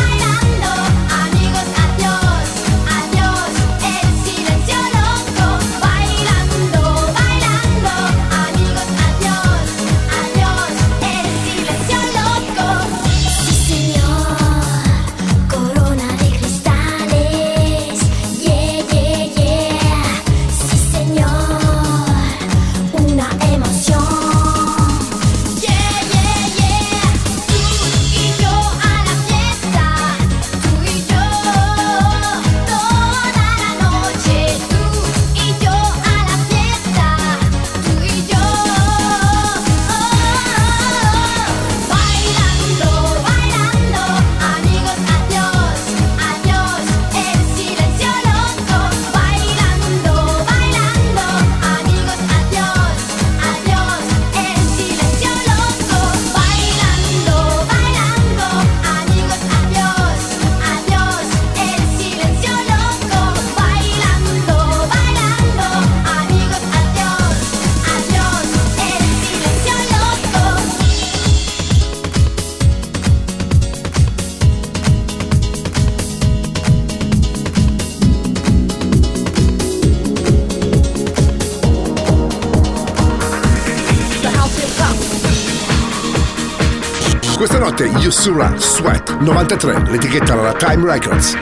notte Yusura Sweat novantatré, l'etichetta alla Time Records.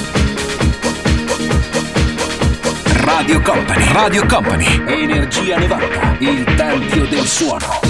Radio Company, Radio Company, Energia novanta, il tempio del suono.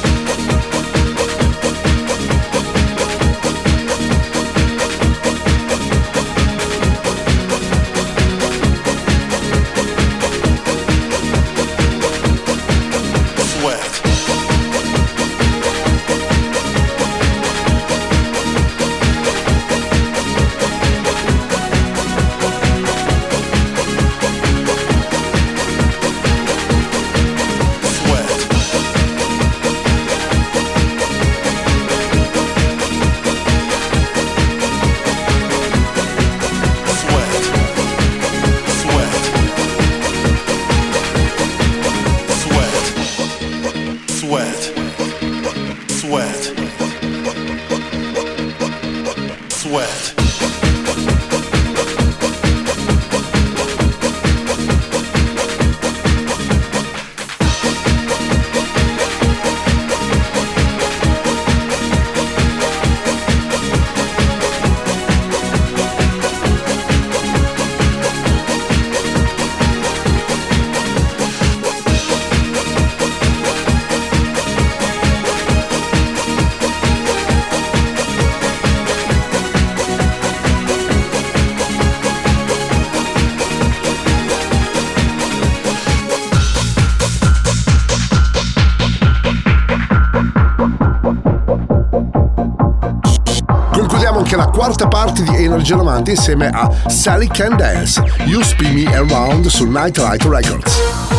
La quarta parte di Energia novanta insieme a Sally Can Dance, You Spin Me Around su Nightlight Records.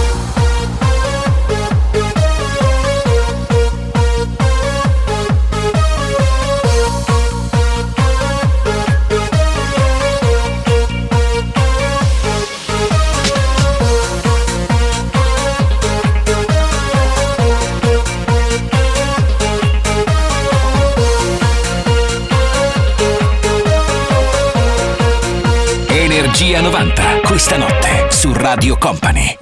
Energia novanta, questa notte su Radio Company.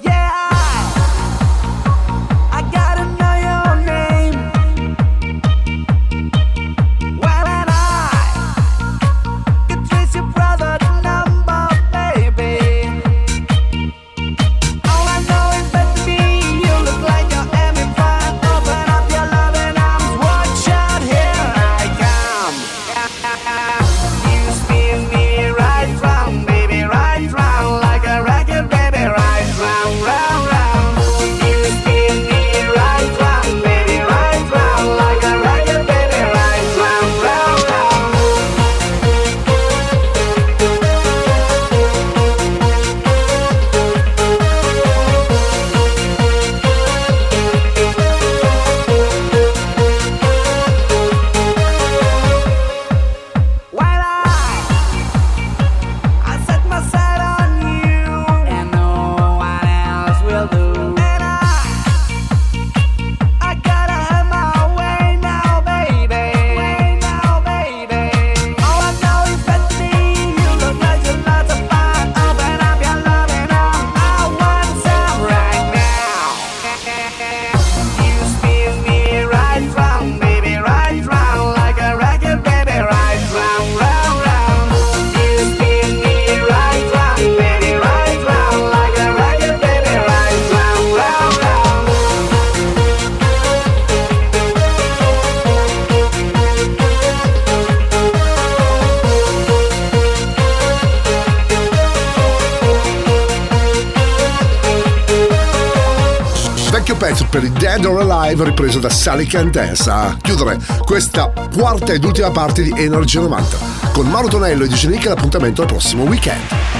Pezzo per i Dead or Alive ripreso da Sally Can Dance a chiudere questa quarta ed ultima parte di Energia novanta. Con Mauro Tonello e D J Nick l'appuntamento al prossimo weekend.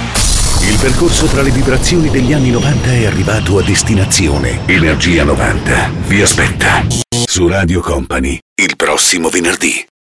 Il percorso tra le vibrazioni degli anni novanta è arrivato a destinazione. Energia novanta vi aspetta su Radio Company il prossimo venerdì.